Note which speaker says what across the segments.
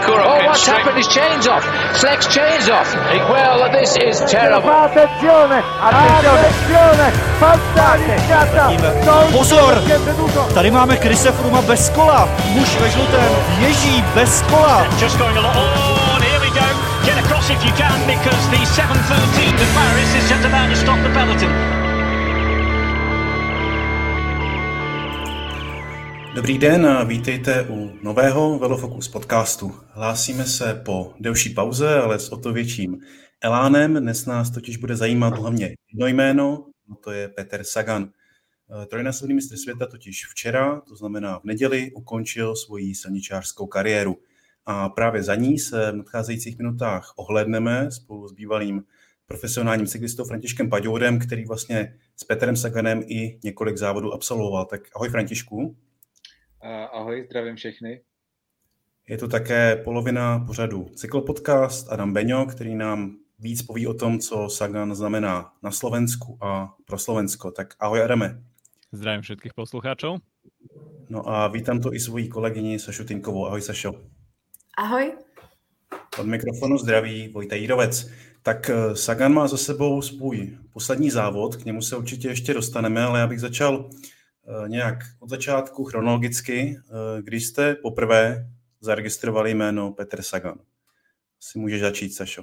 Speaker 1: Oh, what's happened? His chain's off. Fleck's chain's off. Well, this is terrible.
Speaker 2: Attenzione, fantasticata.
Speaker 3: Pozor, tady máme Chrise Frooma bez kola. Muž ve žlutém ježí bez kola.
Speaker 4: Just going along. Oh, and here we go. Get across if you can, because the 7:13 to Paris is just about to stop the peloton.
Speaker 5: Dobrý den a vítejte u nového Velofocus podcastu. Hlásíme se po delší pauze, ale s o to větším elánem. Dnes nás totiž bude zajímat hlavně jedno jméno, a to je Peter Sagan. Trojnásobný mistr světa totiž včera, to znamená v neděli, ukončil svoji silničářskou kariéru. A právě za ní se v nadcházejících minutách ohlédneme spolu s bývalým profesionálním cyklistou Františkem Paďourem, který vlastně s Petrem Saganem i několik závodů absolvoval. Tak ahoj Františku.
Speaker 6: Ahoj, zdravím všechny.
Speaker 5: Je to také polovina pořadu Cyklopodcast Adam Beňo, který nám víc poví o tom, co Sagan znamená na Slovensku a pro Slovensko. Tak ahoj Adame.
Speaker 7: Zdravím všetkých poslucháčov.
Speaker 5: No a vítám tu i svoji kolegyni Sašu Tinkovou. Ahoj Sašo.
Speaker 8: Ahoj.
Speaker 5: Od mikrofonu zdraví Vojta Jírovec. Tak Sagan má za sebou svůj poslední závod, k němu se určitě ještě dostaneme, ale já bych začal nějak od začátku chronologicky, když jste poprvé zaregistrovali jméno Petr Sagan. Si můžeš začít, Sašo.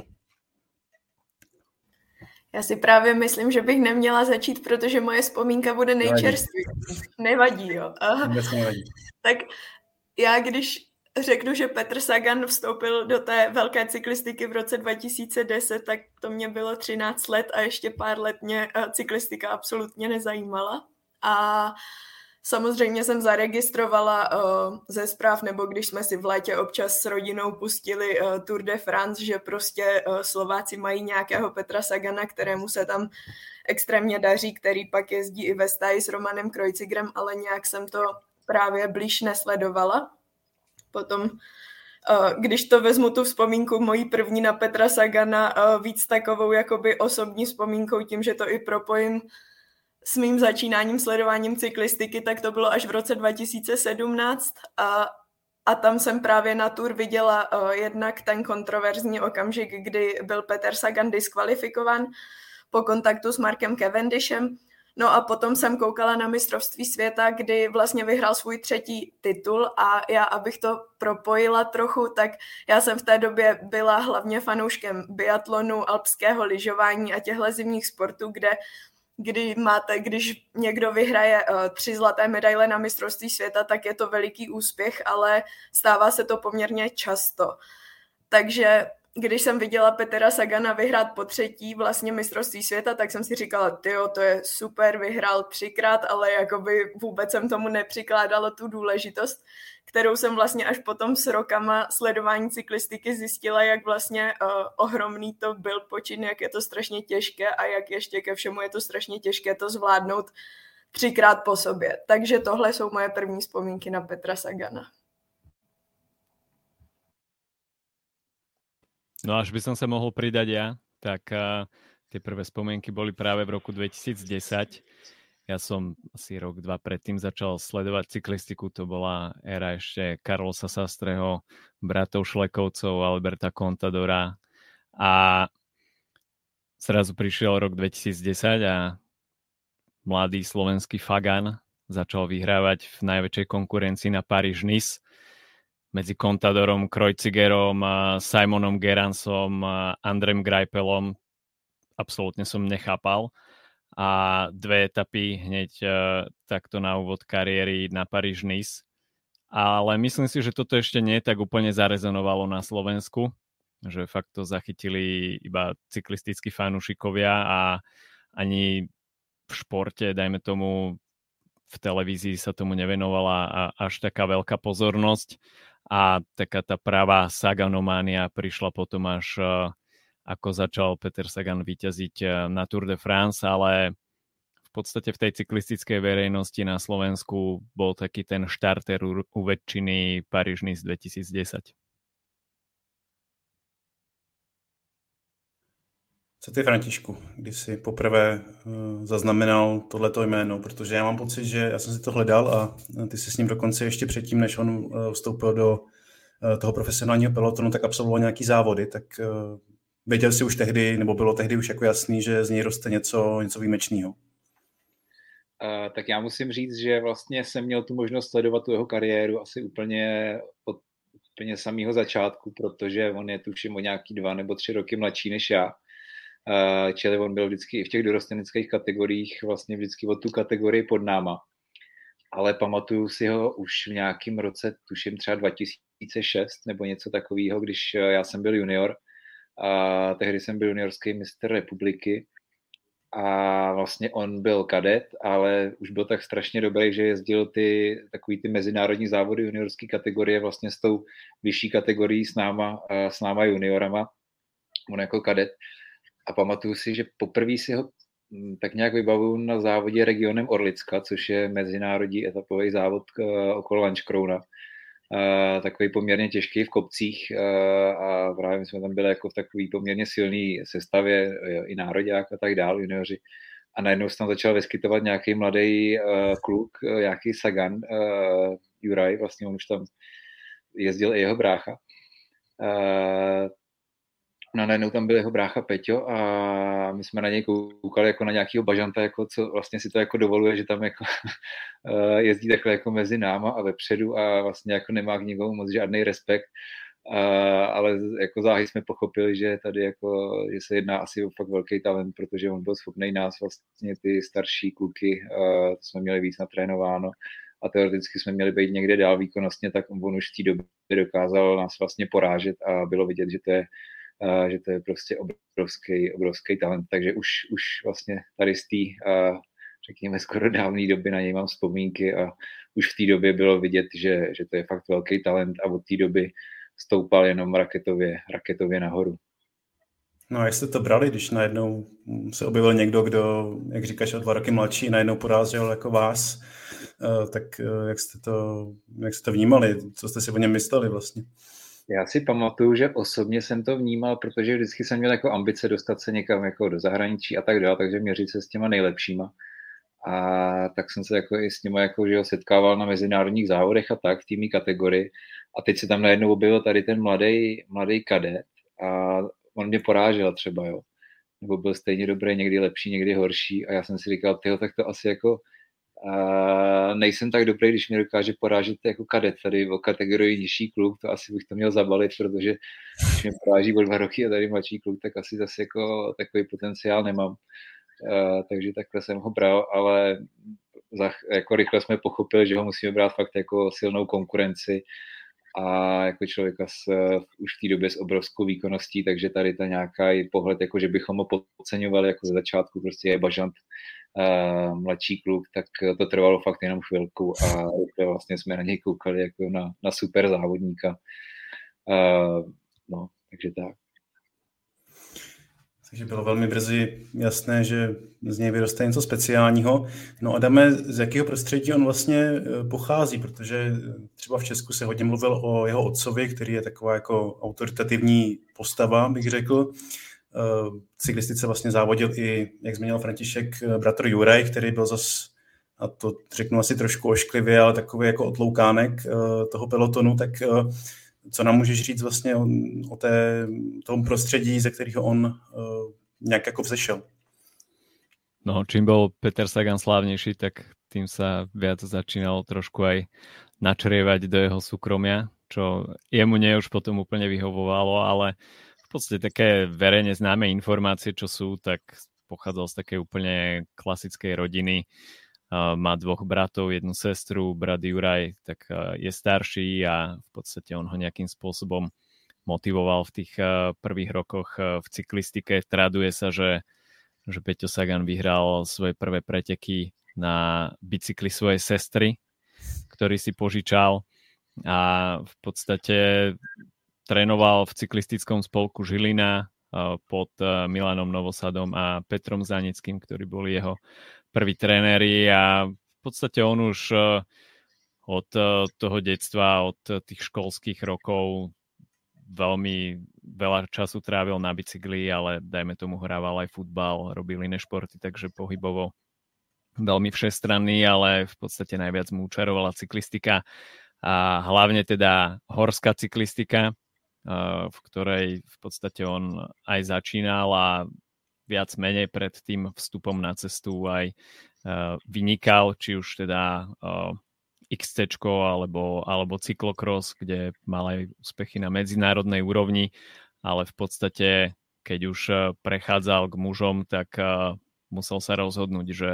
Speaker 8: Já si právě myslím, že bych neměla začít, protože moje vzpomínka bude nejčerstvější. Nevadí, jo.
Speaker 5: Nevadí.
Speaker 8: Tak já když řeknu, že Petr Sagan vstoupil do té velké cyklistiky v roce 2010, tak to mě bylo 13 let a ještě pár let mě cyklistika absolutně nezajímala. A samozřejmě jsem zaregistrovala ze zpráv, nebo když jsme si v létě občas s rodinou pustili Tour de France, že prostě Slováci mají nějakého Petra Sagana, kterému se tam extrémně daří, který pak jezdí i ve stáji s Romanem Kreuzigerem, ale nějak jsem to právě blíž nesledovala. Potom, když to vezmu tu vzpomínku mojí první na Petra Sagana, víc takovou jakoby osobní vzpomínkou tím, že to i propojím s mým začínáním sledováním cyklistiky, tak to bylo až v roce 2017 a tam jsem právě na Tour viděla jednak ten kontroverzní okamžik, kdy byl Peter Sagan diskvalifikován po kontaktu s Markem Cavendishem. No a potom jsem koukala na mistrovství světa, kdy vlastně vyhrál svůj 3. titul a já, abych to propojila trochu, tak já jsem v té době byla hlavně fanouškem biatlonu, alpského lyžování a těchto zimních sportů, když někdo vyhraje 3 zlaté medaile na mistrovství světa, tak je to veliký úspěch, ale stává se to poměrně často. Takže když jsem viděla Petra Sagana vyhrát po 3. vlastně mistrovství světa, tak jsem si říkala, tyjo, to je super, vyhrál 3krát, ale jakoby vůbec jsem tomu nepřikládala tu důležitost, kterou jsem vlastně až potom s rokama sledování cyklistiky zjistila, jak vlastně ohromný to byl počin, jak je to strašně těžké a jak ještě ke všemu je to strašně těžké to zvládnout 3krát po sobě. Takže tohle jsou moje první vzpomínky na Petra Sagana.
Speaker 7: No až by som sa mohol pridať ja, tak tie prvé spomienky boli práve v roku 2010. Ja som asi rok, 2 predtým začal sledovať cyklistiku, to bola éra ešte Carlosa Sastreho, bratov Šlekovcov, Alberta Contadora a zrazu prišiel rok 2010 a mladý slovenský Fagan začal vyhrávať v najväčšej konkurencii na Paríž-Nice medzi Contadorom, Kreuzigerom, Simonom Geransom, Andrem Greipelom. Absolútne som nechápal. A 2 etapy hneď takto na úvod kariéry na Paríž-Nice. Ale myslím si, že toto ešte nie tak úplne zarezonovalo na Slovensku, že fakt to zachytili iba cyklistickí fanúšikovia a ani v športe, dajme tomu, v televízii sa tomu nevenovala až taká veľká pozornosť. A taká tá pravá Saganománia prišla potom až ako začal Peter Sagan víťaziť na Tour de France, ale v podstate v tej cyklistickej verejnosti na Slovensku bol taký ten štarter u väčšiny Paríž-Nice 2010.
Speaker 5: Co ty, Františku, když jsi poprvé zaznamenal tohleto jméno, protože já mám pocit, že já jsem si to hledal a ty jsi s ním dokonce ještě předtím, než on vstoupil do toho profesionálního pelotonu, tak absolvoval nějaký závody, tak věděl si už tehdy, nebo bylo tehdy už jako jasný, že z něj roste něco výjimečného?
Speaker 6: Tak já musím říct, že vlastně jsem měl tu možnost sledovat tu jeho kariéru asi úplně od úplně samého začátku, protože on je tuším o nějaký 2 nebo 3 roky mladší než já. Čili on byl vždycky i v těch dorosteneckých kategoriích vlastně vždycky od tu kategorii pod náma. Ale pamatuju si ho už v nějakém roce, tuším třeba 2006 nebo něco takového, když já jsem byl junior. A tehdy jsem byl juniorský mistr republiky a vlastně on byl kadet, ale už byl tak strašně dobrý, že jezdil takový ty mezinárodní závody juniorské kategorie vlastně s tou vyšší kategorií s náma juniorama, on jako kadet. A pamatuju si, že poprvé si ho tak nějak vybavuju na závodě regionem Orlicka, což je mezinárodní etapový závod okolo Lanškrouna. Takový poměrně těžký v kopcích a právě my jsme tam byli jako v takový poměrně silný sestavě i nároďák a tak dál, junioři. A najednou se tam začal vyskytovat nějaký mladý kluk, nějaký Sagan, Juraj, vlastně on už tam jezdil i jeho brácha. No, najednou tam byl jeho brácha Peťo a my jsme na něj koukali jako na nějakýho bažanta, jako co vlastně si to jako dovoluje, že tam jako jezdí takhle jako mezi náma a vepředu a vlastně jako nemá k nikomu moc žádný respekt, ale jako záhy jsme pochopili, že tady jako, že se jedná asi o fakt velký talent, protože on byl schopný nás vlastně ty starší kluky, to jsme měli víc natrénováno a teoreticky jsme měli být někde dál výkonnostně, tak on už v té době dokázal nás vlastně porážet a bylo vidět, že to je prostě obrovský talent, takže už vlastně tady z té, řekněme, skoro dávné doby na něj mám vzpomínky a už v té době bylo vidět, že to je fakt velký talent a od té doby stoupal jenom raketově nahoru.
Speaker 5: No a jak jste to brali, když najednou se objevil někdo, kdo, jak říkáš, o 2 roky mladší, najednou porážel jako vás, tak jak jste to vnímali, co jste si o něm mysleli vlastně?
Speaker 6: Já si pamatuju, že osobně jsem to vnímal, protože vždycky jsem měl jako ambice dostat se někam jako do zahraničí a tak dále, takže měřit se s těma nejlepšíma. A tak jsem se jako i s nimi jako, že setkával na mezinárodních závodech a tak v týmí kategorii. A teď se tam najednou objevil tady ten mladý kadet a on mě porážel třeba, jo. Nebo byl stejně dobrý, někdy lepší, někdy horší. A já jsem si říkal, tak to asi jako nejsem tak dobrý, když mě dokáže porážet jako kadet tady o kategorii nižší kluk, to asi bych to měl zabalit, protože když mě poráží o 2 roky a tady mladší kluk, tak asi zase jako takový potenciál nemám. Takže takhle jsem ho bral, ale jako rychle jsme pochopili, že ho musíme brát fakt jako silnou konkurenci a jako člověka už v té době s obrovskou výkonností, takže tady ta nějaký pohled, jako že bychom ho podceňovali jako ze začátku, prostě je bažant mladší kluk, tak to trvalo fakt jenom chvilku a vlastně jsme na něj koukali jako na super závodníka. No, takže tak.
Speaker 5: Takže bylo velmi brzy jasné, že z něj vyroste něco speciálního. No Adame, z jakého prostředí on vlastně pochází? Protože třeba v Česku se hodně mluvil o jeho otcovi, který je taková jako autoritativní postava, bych řekl. V cyklistice vlastně závodil i, jak zmínil František, bratr Juraj, který byl zas, a to řeknu asi trošku ošklivě, ale takový jako otloukánek toho pelotonu, tak co nám můžeš říct vlastně o tom prostředí, ze kterého on nějak jako vzešel?
Speaker 7: No, čím bol Peter Sagan slávnejší, tak tým sa viac začínalo trošku aj načrievať do jeho súkromia, čo jemu nie už potom úplne vyhovovalo, ale v podstate také verejne známe informácie, čo sú, tak pochádzal z takej úplne klasickej rodiny. Má 2 bratov, 1 sestru, brat Juraj tak je starší a v podstate on ho nejakým spôsobom motivoval v tých prvých rokoch v cyklistike. Traduje sa, že Peťo Sagan vyhral svoje prvé preteky na bicykli svojej sestry, ktorý si požičal a v podstate trénoval v cyklistickom spolku Žilina pod Milanom Novosadom a Petrom Zanickým, ktorí boli jeho prví tréneri a v podstate on už od toho detstva, od tých školských rokov veľmi veľa času trávil na bicykli, ale dajme tomu hrával aj futbal, robil iné športy, takže pohybovo veľmi všestranný, ale v podstate najviac mu učarovala cyklistika a hlavne teda horská cyklistika, v ktorej v podstate on aj začínal a viac menej pred tým vstupom na cestu aj vynikal, či už teda XC alebo cyklokros, kde mal aj úspechy na medzinárodnej úrovni, ale v podstate, keď už prechádzal k mužom, tak musel sa rozhodnúť, že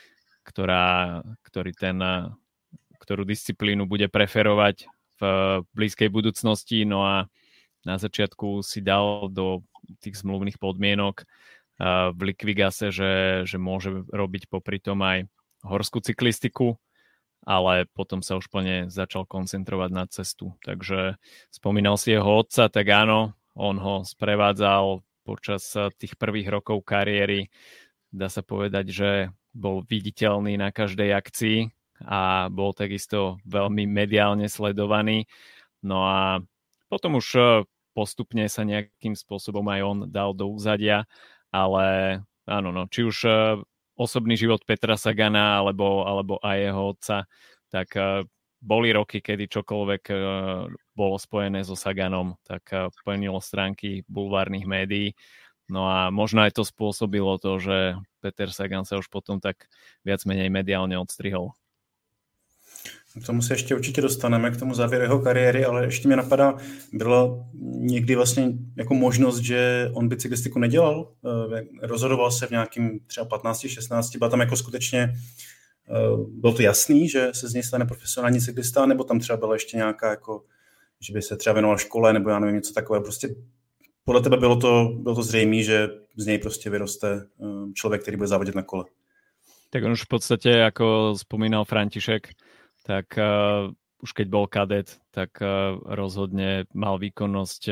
Speaker 7: ktorú disciplínu bude preferovať v blízkej budúcnosti. No a na začiatku si dal do tých zmluvných podmienok v Liquigase, že môže robiť popri tom aj horskú cyklistiku, ale potom sa už plne začal koncentrovať na cestu. Takže spomínal si jeho otca, tak áno, on ho sprevádzal počas tých prvých rokov kariéry. Dá sa povedať, že bol viditeľný na každej akcii a bol takisto veľmi mediálne sledovaný. No a potom už postupne sa nejakým spôsobom aj on dal do úzadia, ale áno, no, či už osobný život Petra Sagana alebo aj jeho otca, tak boli roky, kedy čokoľvek bolo spojené so Saganom, tak plnilo stránky bulvárnych médií. No a možno aj to spôsobilo to, že Peter Sagan sa už potom tak viac menej mediálne odstrihol.
Speaker 5: K tomu se ještě určitě dostaneme, k tomu závěru jeho kariéry, ale ještě mě napadá, byla někdy vlastně jako možnost, že on by cyklistiku nedělal, rozhodoval se v nějakým třeba 15-16, byla tam jako skutečně, bylo to jasný, že se z něj stane profesionální cyklista, nebo tam třeba byla ještě nějaká jako, že by se třeba věnoval škole, nebo já nevím, něco takového, prostě podle tebe bylo to zřejmé, že z něj prostě vyroste člověk, který bude závodit na kole.
Speaker 7: Tak on už v podstate, ako spomínal František, tak už keď bol kadet, tak rozhodne mal výkonnosť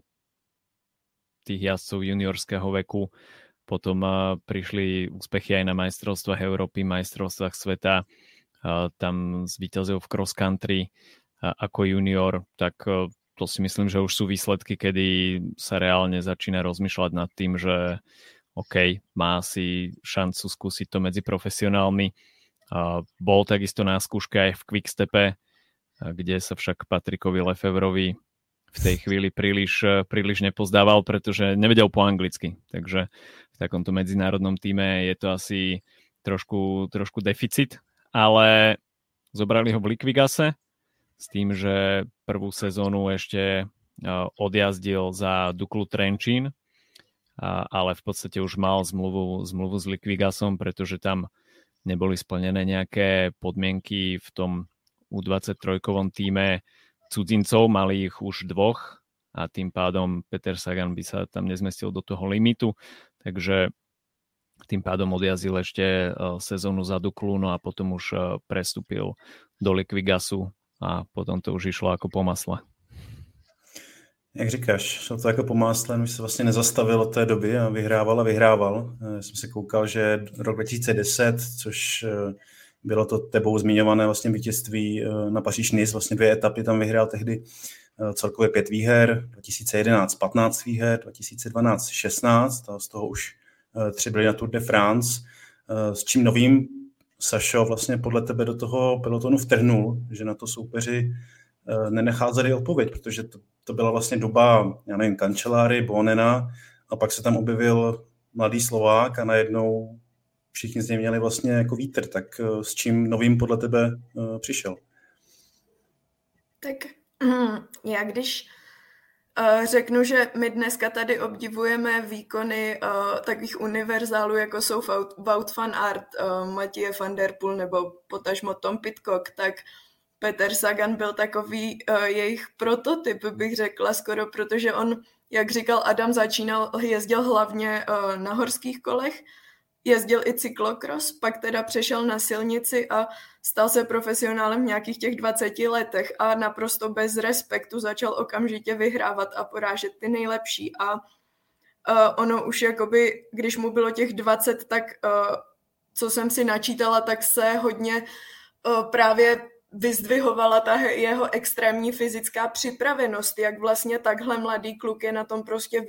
Speaker 7: tých jazdcov juniorského veku. Potom prišli úspechy aj na majstrovstvách Európy, majstrovstvách sveta. Tam zvíťazil v cross country ako junior, tak to si myslím, že už sú výsledky, kedy sa reálne začína rozmýšľať nad tým, že OK, má si šancu skúsiť to medzi profesionálmi. Bol takisto na skúške aj v Quickstepe, kde sa však Patrickovi Lefevrovi v tej chvíli príliš nepozdával, pretože nevedel po anglicky. Takže v takomto medzinárodnom týme je to asi trošku deficit, ale zobrali ho v Liquigase s tým, že prvú sezónu ešte odjazdil za Duklu Trenčín, ale v podstate už mal zmluvu s Liquigasom, pretože tam neboli splnené nejaké podmienky v tom U23-kovom týme cudzincov, mali ich už dvoch a tým pádom Peter Sagan by sa tam nezmestil do toho limitu, takže tým pádom odjazdil ešte sezónu za Duklu, no a potom už prestúpil do Liquigasu a potom to už išlo ako po masle.
Speaker 5: Jak říkáš, šlo to jako po másle, už se vlastně nezastavil od té doby a vyhrával. Já jsem se koukal, že rok 2010, což bylo to tebou zmiňované vlastně vítězství na Paříž-Nice, vlastně 2 etapy tam vyhrál tehdy celkově 5 výher, 2011 15 výher, 2012 16 a z toho už 3 byly na Tour de France. S čím novým Sašo vlastně podle tebe do toho pelotonu vtrhnul, že na to soupeři nenacházeli odpověď, protože to byla vlastně doba, já nevím, Cancelláry, Bonena a pak se tam objevil mladý Slovák a najednou všichni z něj měli vlastně jako vítr. Tak s čím novým podle tebe přišel?
Speaker 8: Tak já když řeknu, že my dneska tady obdivujeme výkony takových univerzálů, jako jsou Wout van Aert, Mathieu van der Poel nebo potažmo Tom Pidcock, tak Peter Sagan byl takový jejich prototyp, bych řekla skoro, protože on, jak říkal Adam, jezdil hlavně na horských kolech, jezdil i cyklokros, pak teda přešel na silnici a stal se profesionálem v nějakých těch 20 letech a naprosto bez respektu začal okamžitě vyhrávat a porážet ty nejlepší a ono už jakoby, když mu bylo těch 20, tak co jsem si načítala, tak se hodně právě vyzdvihovala ta jeho extrémní fyzická připravenost, jak vlastně takhle mladý kluk je na tom prostě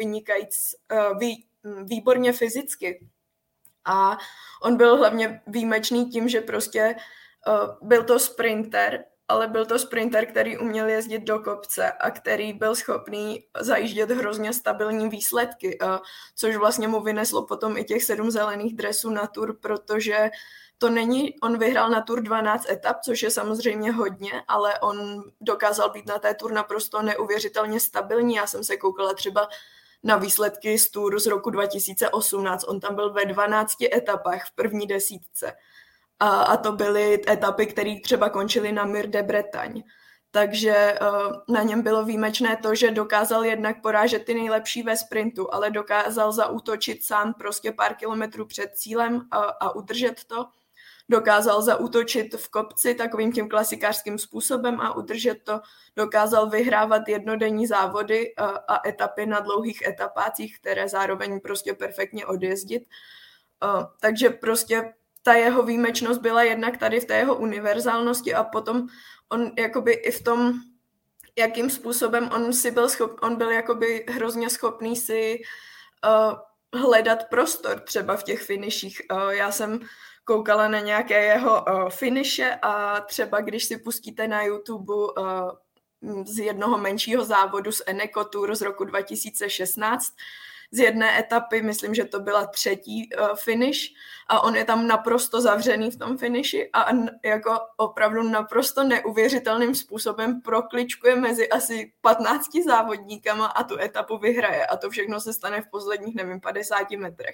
Speaker 8: výborně fyzicky. A on byl hlavně výjimečný tím, že prostě byl to sprinter, ale byl to sprinter, který uměl jezdit do kopce a který byl schopný zajíždět hrozně stabilní výsledky, což vlastně mu vyneslo potom i těch 7 zelených dresů na Tour, protože on vyhrál na Tour 12 etap, což je samozřejmě hodně, ale on dokázal být na té Tour naprosto neuvěřitelně stabilní. Já jsem se koukala třeba na výsledky z Tour z roku 2018. On tam byl ve 12 etapách v první desítce. A to byly etapy, které třeba končily na Mur de Bretagne. Takže na něm bylo výjimečné to, že dokázal jednak porážet ty nejlepší ve sprintu, ale dokázal zaútočit sám prostě pár kilometrů před cílem a udržet to. Dokázal zaútočit v kopci takovým tím klasikářským způsobem a udržet to. Dokázal vyhrávat jednodenní závody a etapy na dlouhých etapácích, které zároveň prostě perfektně odjezdit. Takže prostě ta jeho výjimečnost byla jednak tady v té jeho univerzálnosti a potom on jakoby i v tom, jakým způsobem on byl jakoby hrozně schopný si hledat prostor třeba v těch finiších. Já jsem koukala na nějaké jeho finiše a třeba když si pustíte na YouTube z jednoho menšího závodu z Eneco Tour z roku 2016, z jedné etapy, myslím, že to byla 3. finish a on je tam naprosto zavřený v tom finiši a jako opravdu naprosto neuvěřitelným způsobem prokličkuje mezi asi 15 závodníkama a tu etapu vyhraje a to všechno se stane v posledních, 50 metrech.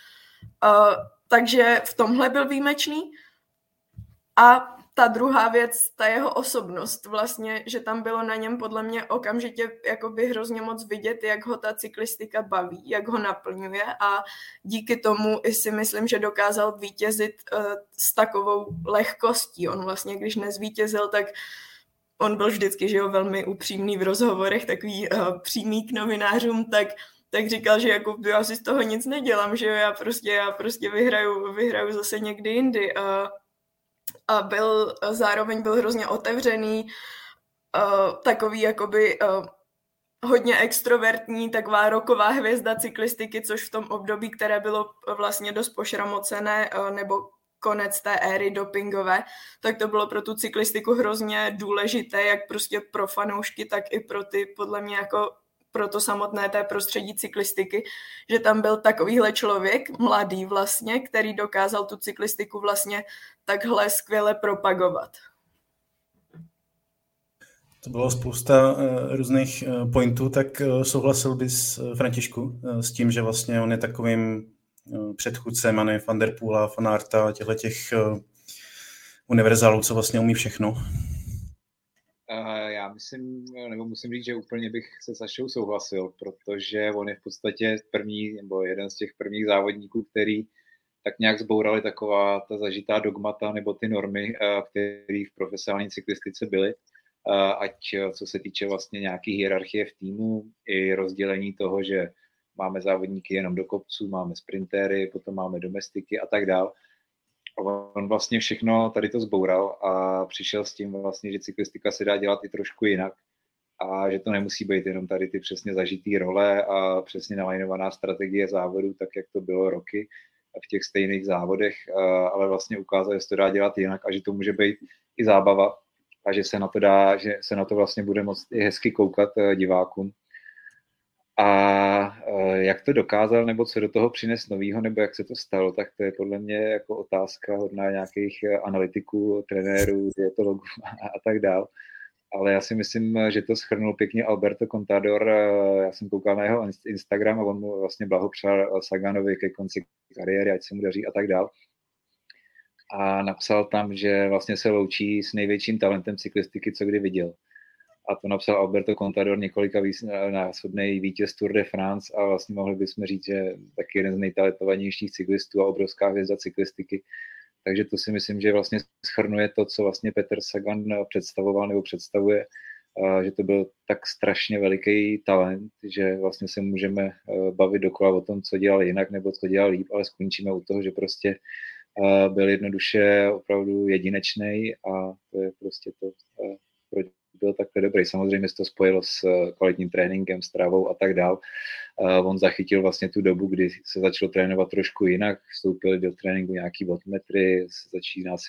Speaker 8: Takže v tomhle byl výjimečný. A ta druhá věc, ta jeho osobnost vlastně, že tam bylo na něm podle mě okamžitě jakoby hrozně moc vidět, jak ho ta cyklistika baví, jak ho naplňuje a díky tomu i si myslím, že dokázal vítězit s takovou lehkostí. On vlastně, když nezvítězil, tak on byl vždycky, že jo, velmi upřímný v rozhovorech, takový přímý k novinářům, tak říkal, že jako já si z toho nic nedělám, že jo, já prostě vyhraju zase někdy jindy. A zároveň byl hrozně otevřený, takový jakoby hodně extrovertní, taková rocková hvězda cyklistiky, což v tom období, které bylo vlastně dost pošramocené, nebo konec té éry dopingové, tak to bylo pro tu cyklistiku hrozně důležité, jak prostě pro fanoušky, tak i pro ty, podle mě jako pro to samotné té prostředí cyklistiky, že tam byl takovýhle člověk, mladý vlastně, který dokázal tu cyklistiku vlastně takhle skvěle propagovat.
Speaker 5: To bylo spousta různých pointů, tak souhlasil bys, Františku, s tím, že vlastně on je takovým předchůdcem Mane van der Poola, Van Aerta, těch univerzálů, co vlastně umí všechno?
Speaker 6: Já myslím, nebo musím říct, že úplně bych se Sašou souhlasil, protože on je v podstatě jeden z těch prvních závodníků, který tak nějak zbourali taková ta zažitá dogmata nebo ty normy, které v profesionální cyklistice byly, ať co se týče vlastně nějaký hierarchie v týmu i rozdělení toho, že máme závodníky jenom do kopců, máme sprintéry, potom máme domestiky a tak dál. On vlastně všechno tady to zboural a přišel s tím vlastně, že cyklistika se dá dělat i trošku jinak a že to nemusí být jenom tady ty přesně zažitý role a přesně nalajnovaná strategie závodu, tak jak to bylo roky v těch stejných závodech, ale vlastně ukázal, že se to dá dělat jinak a že to může být i zábava a že se na to vlastně bude moct i hezky koukat divákům. A jak to dokázal, nebo co do toho přines novýho, nebo jak se to stalo, tak to je podle mě jako otázka hodná nějakých analytiků, trenérů, dietologů a tak dál. Ale já si myslím, že to shrnul pěkně Alberto Contador. Já jsem koukal na jeho Instagram a on mu vlastně blahopřál Saganovi ke konci kariéry, ať se mu daří a tak dál. A napsal tam, že vlastně se loučí s největším talentem cyklistiky, co kdy viděl. A to napsal Alberto Contador, několikanásobný vítěz Tour de France a vlastně mohli bychom říct, že taky jeden z nejtalentovanějších cyklistů a obrovská hvězda cyklistiky. Takže to si myslím, že vlastně shrnuje to, co vlastně Peter Sagan představoval nebo představuje, že to byl tak strašně veliký talent, že vlastně se můžeme bavit dokola o tom, co dělal jinak nebo co dělal líp, ale skončíme u toho, že prostě byl jednoduše opravdu jedinečný a to je prostě to, byl takhle dobrý. Samozřejmě se to spojilo s kvalitním tréninkem, stravou a tak dál. On zachytil vlastně tu dobu, kdy se začalo trénovat trošku jinak, vstoupili do tréninku nějaký wattmetry, začala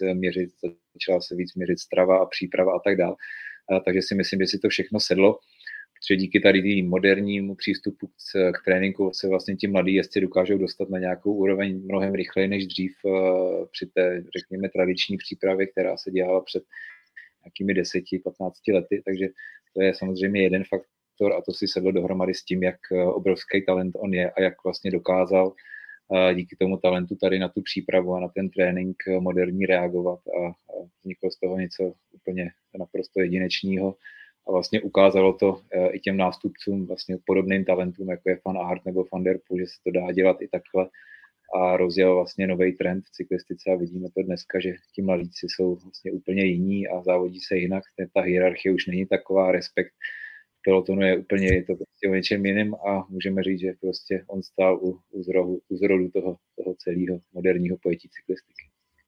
Speaker 6: se víc měřit strava a příprava a tak dál. Takže si myslím, že si to všechno sedlo, protože díky tady modernímu přístupu k tréninku se vlastně ti mladí jezdci dokážou dostat na nějakou úroveň mnohem rychleji než dřív při té, řekněme, tradiční přípravě, která se dělala před nějakými 10-15 lety, takže to je samozřejmě jeden faktor a to si sedlo dohromady s tím, jak obrovský talent on je a jak vlastně dokázal díky tomu talentu tady na tu přípravu a na ten trénink moderní reagovat a vzniklo z toho něco úplně naprosto jedinečného a vlastně ukázalo to i těm nástupcům vlastně podobným talentům, jako je Van Aert nebo Van der Poel, že se to dá dělat i takhle a rozjel vlastně nový trend v cyklistice a vidíme to dneska, že ti mladíci jsou vlastně úplně jiní a závodí se jinak, ta hierarchie už není taková, respekt pelotonu je úplně to prostě o něčem jiném a můžeme říct, že prostě on stál u zrodu toho celého moderního pojetí cyklistiky.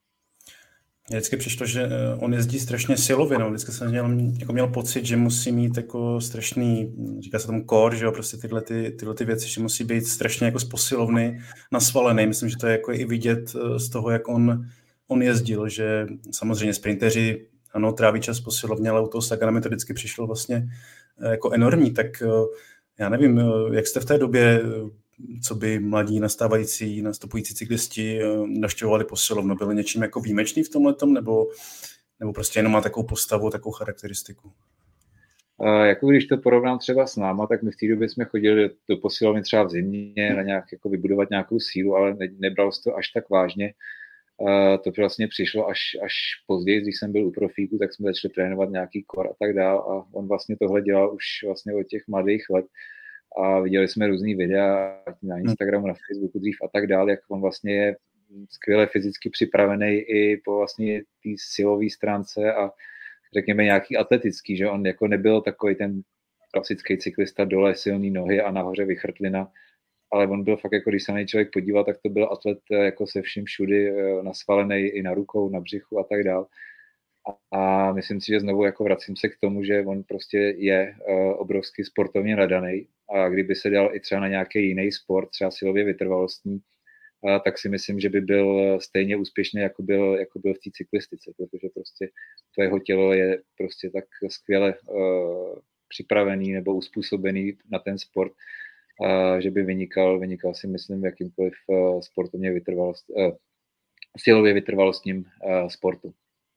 Speaker 5: Mně vždycky přišlo, že on jezdí strašně silově, no. Vždycky jsem měl pocit, že musí mít jako strašný, říká se tomu core, že jo, prostě tyhle ty věci, že musí být strašně jako z posilovny nasvalený. Myslím, že to je jako i vidět z toho, jak on jezdil, že samozřejmě sprinteři, ano, tráví čas posilovně, ale u toho Sagana mi to vždycky přišlo vlastně jako enormní, tak já nevím, jak jste v té době, co by mladí nastupující cyklisti navštěvovali posilovnu, byli něčím jako výjimečný v tomhletom, nebo prostě jenom má takovou postavu, takovou charakteristiku?
Speaker 6: Jako když to porovnám třeba s náma, tak my v té době jsme chodili do posilovny třeba v zimě na nějak jako vybudovat nějakou sílu, ale nebralo se to až tak vážně. To vlastně přišlo až později, když jsem byl u profíku, tak jsme začali trénovat nějaký core a tak dál a on vlastně tohle dělal už vlastně od těch mladých let a viděli jsme různý videa na Instagramu, na Facebooku dřív a tak dál, jak on vlastně je skvěle fyzicky připravený i po vlastně té silové stránce a řekněme nějaký atletický, že on jako nebyl takový ten klasický cyklista, dole silný nohy a nahoře vychrtlina, ale on byl fakt jako, když se na něj člověk podíval, tak to byl atlet jako se vším všudy, nasvalený i na rukou, na břichu a tak dál. A myslím si, že znovu jako vracím se k tomu, že on prostě je obrovsky sportovně nadaný a kdyby se dal i třeba na nějaký jiný sport, třeba silově vytrvalostní, tak si myslím, že by byl stejně úspěšný, jako byl v té cyklistice, protože prostě to jeho tělo je prostě tak skvěle připravený nebo uspůsobený na ten sport, že by vynikal si myslím v jakýmkoliv sportovně silově vytrvalostním sportu.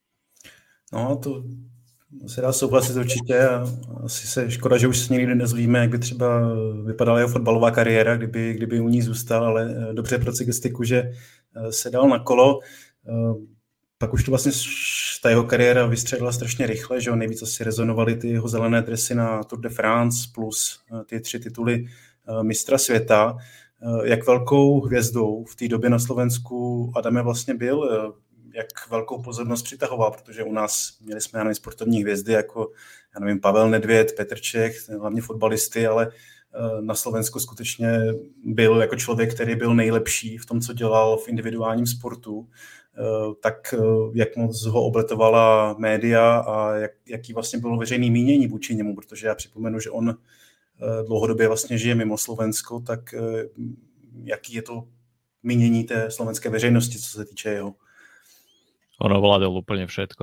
Speaker 5: No, to se dá souhlasit určitě a asi se škoda, že už se nikdy nezvíme, jak by třeba vypadala jeho fotbalová kariéra, kdyby u ní zůstal, ale dobře pro cyklistiku, že se dal na kolo. Pak už to vlastně ta jeho kariéra vystřelila strašně rychle, že nejvíc asi rezonovaly ty jeho zelené dresy na Tour de France plus ty 3 tituly mistra světa. Jak velkou hvězdou v té době na Slovensku Adame vlastně byl, jak velkou pozornost přitahoval, protože u nás měli jsme sportovní hvězdy jako Pavel Nedvěd, Petr Čech, hlavně fotbalisty, ale na Slovensku skutečně byl jako člověk, který byl nejlepší v tom, co dělal v individuálním sportu. Tak jak moc ho obletovala média a jaký vlastně bylo veřejné mínění vůči němu, protože já připomenu, že on dlouhodobě vlastně žije mimo Slovensko, tak jaký je to mínění té slovenské veřejnosti, co se týče jeho?
Speaker 7: On ovládol úplne všetko.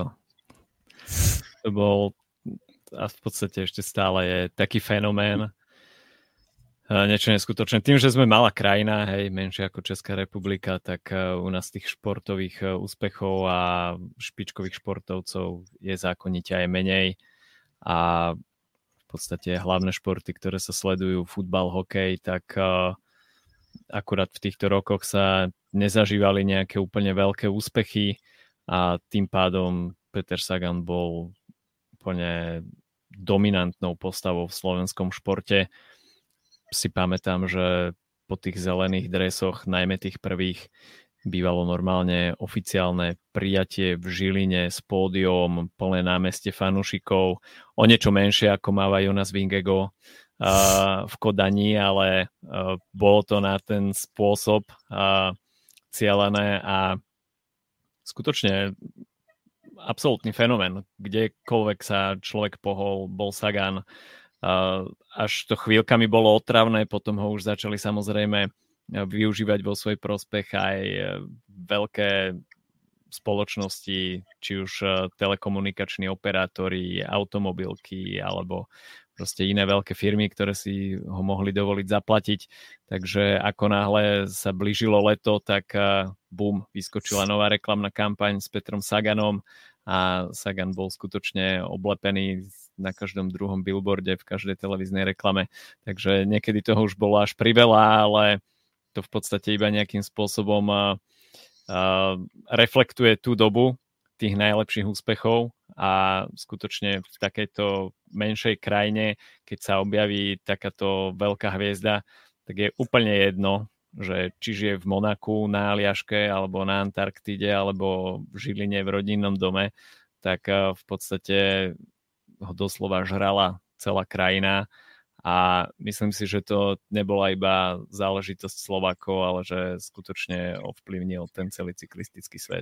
Speaker 7: To bol a v podstate ešte stále je taký fenomén, niečo neskutočné. Tým, že sme malá krajina, hej, menšia ako Česká republika, tak u nás tých športových úspechov a špičkových športovcov je zákonite aj menej a v podstate hlavné športy, ktoré sa sledujú, futbal, hokej, tak akurát v týchto rokoch sa nezažívali nejaké úplne veľké úspechy a tým pádom Peter Sagan bol úplne dominantnou postavou v slovenskom športe. Si pamätám, že po tých zelených dresoch, najmä tých prvých, bývalo normálne oficiálne prijatie v Žiline s pódium, plné námestie fanúšikov, o niečo menšie ako máva Jonas Vingegaard v Kodani, ale bolo to na ten spôsob cielené a skutočne absolútny fenomén. Kdekoľvek sa človek pohol, bol Sagan. Až to chvíľkami bolo otravné, potom ho už začali samozrejme využívať vo svoj prospech aj veľké spoločnosti, či už telekomunikační operátori, automobilky alebo proste iné veľké firmy, ktoré si ho mohli dovoliť zaplatiť. Takže ako náhle sa blížilo leto, tak bum, vyskočila nová reklamná kampaň s Petrom Saganom a Sagan bol skutočne oblepený na každom druhom billboarde, v každej televíznej reklame. Takže niekedy toho už bolo až priveľa, ale to v podstate iba nejakým spôsobom reflektuje tú dobu tých najlepších úspechov a skutočne v takejto menšej krajine, keď sa objaví takáto veľká hviezda, tak je úplne jedno, že či žije v Monaku, na Aliaške, alebo na Antarktide, alebo v Žiline v rodinnom dome, tak v podstate ho doslova žrala celá krajina a myslím si, že to nebola iba záležitosť Slovákov, ale že skutočne ovplyvnil ten celý cyklistický svet.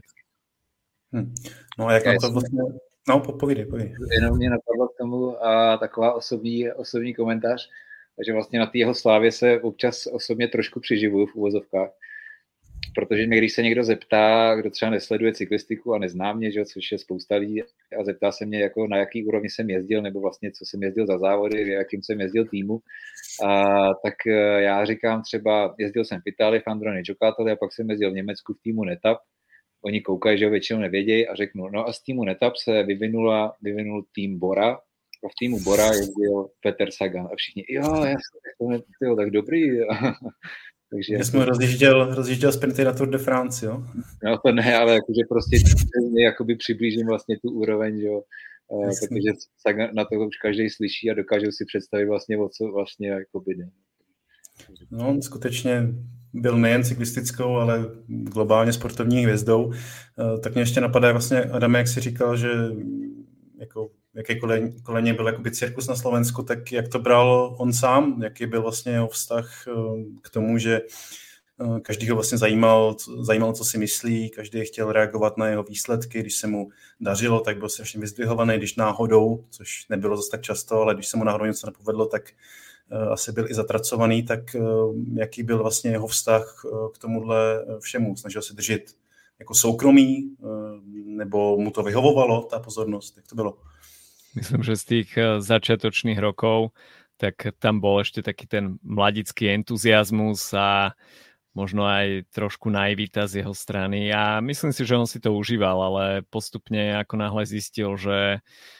Speaker 5: No a jak na to vlastně... No, povídej.
Speaker 6: Jenom mě napadlo k tomu taková osobní komentář, že vlastně na té jeho slávě se občas osobně trošku přiživuju v uvozovkách, protože mě, když se někdo zeptá, kdo třeba nesleduje cyklistiku a nezná mě, že, což je spousta lidí, a zeptá se mě, jako na jaký úrovni jsem jezdil, nebo vlastně co jsem jezdil za závody, jakým jsem jezdil týmu, tak já říkám třeba, jezdil jsem v Itálii v Androni Giocattoli a pak jsem jezdil v Německu v týmu Netap. Oni koukají, že ho většinou nevědějí a řeknu, no a z týmu Netap se vyvinul tým Bora a v týmu Bora jezdil Peter Sagan a všichni, jo, tak dobrý. Takže
Speaker 5: já jsem rozjížděl sprinty na Tour de France, jo?
Speaker 6: No to ne, ale jakože prostě jakoby přiblížím vlastně tu úroveň, že jo, protože na to už každý slyší a dokážou si představit vlastně, o co vlastně jakoby jde.
Speaker 5: No, skutečně byl nejen cyklistickou, ale globálně sportovní hvězdou. Tak mě ještě napadá vlastně, Adame, jak jsi říkal, že jako jaký kolem něj byl jakoby cirkus na Slovensku, tak jak to bral on sám, jaký byl vlastně jeho vztah k tomu, že každý ho vlastně zajímalo, co si myslí, každý chtěl reagovat na jeho výsledky, když se mu dařilo, tak byl strašně vyzdvihovaný, když náhodou, což nebylo zase tak často, ale když se mu náhodou něco nepovedlo, tak asi byl i zatracovaný, tak jaký byl vlastně jeho vztah k tomuhle všemu? Snažil se držet jako soukromí, nebo mu to vyhovovalo, ta pozornost? Jak to bylo?
Speaker 7: Myslím, že z tých začiatočných rokov, tak tam bol ešte taký ten mladický entuziasmus a možno aj trošku naivita z jeho strany. A myslím si, že on si to užíval, ale postupne ako náhle zistil, že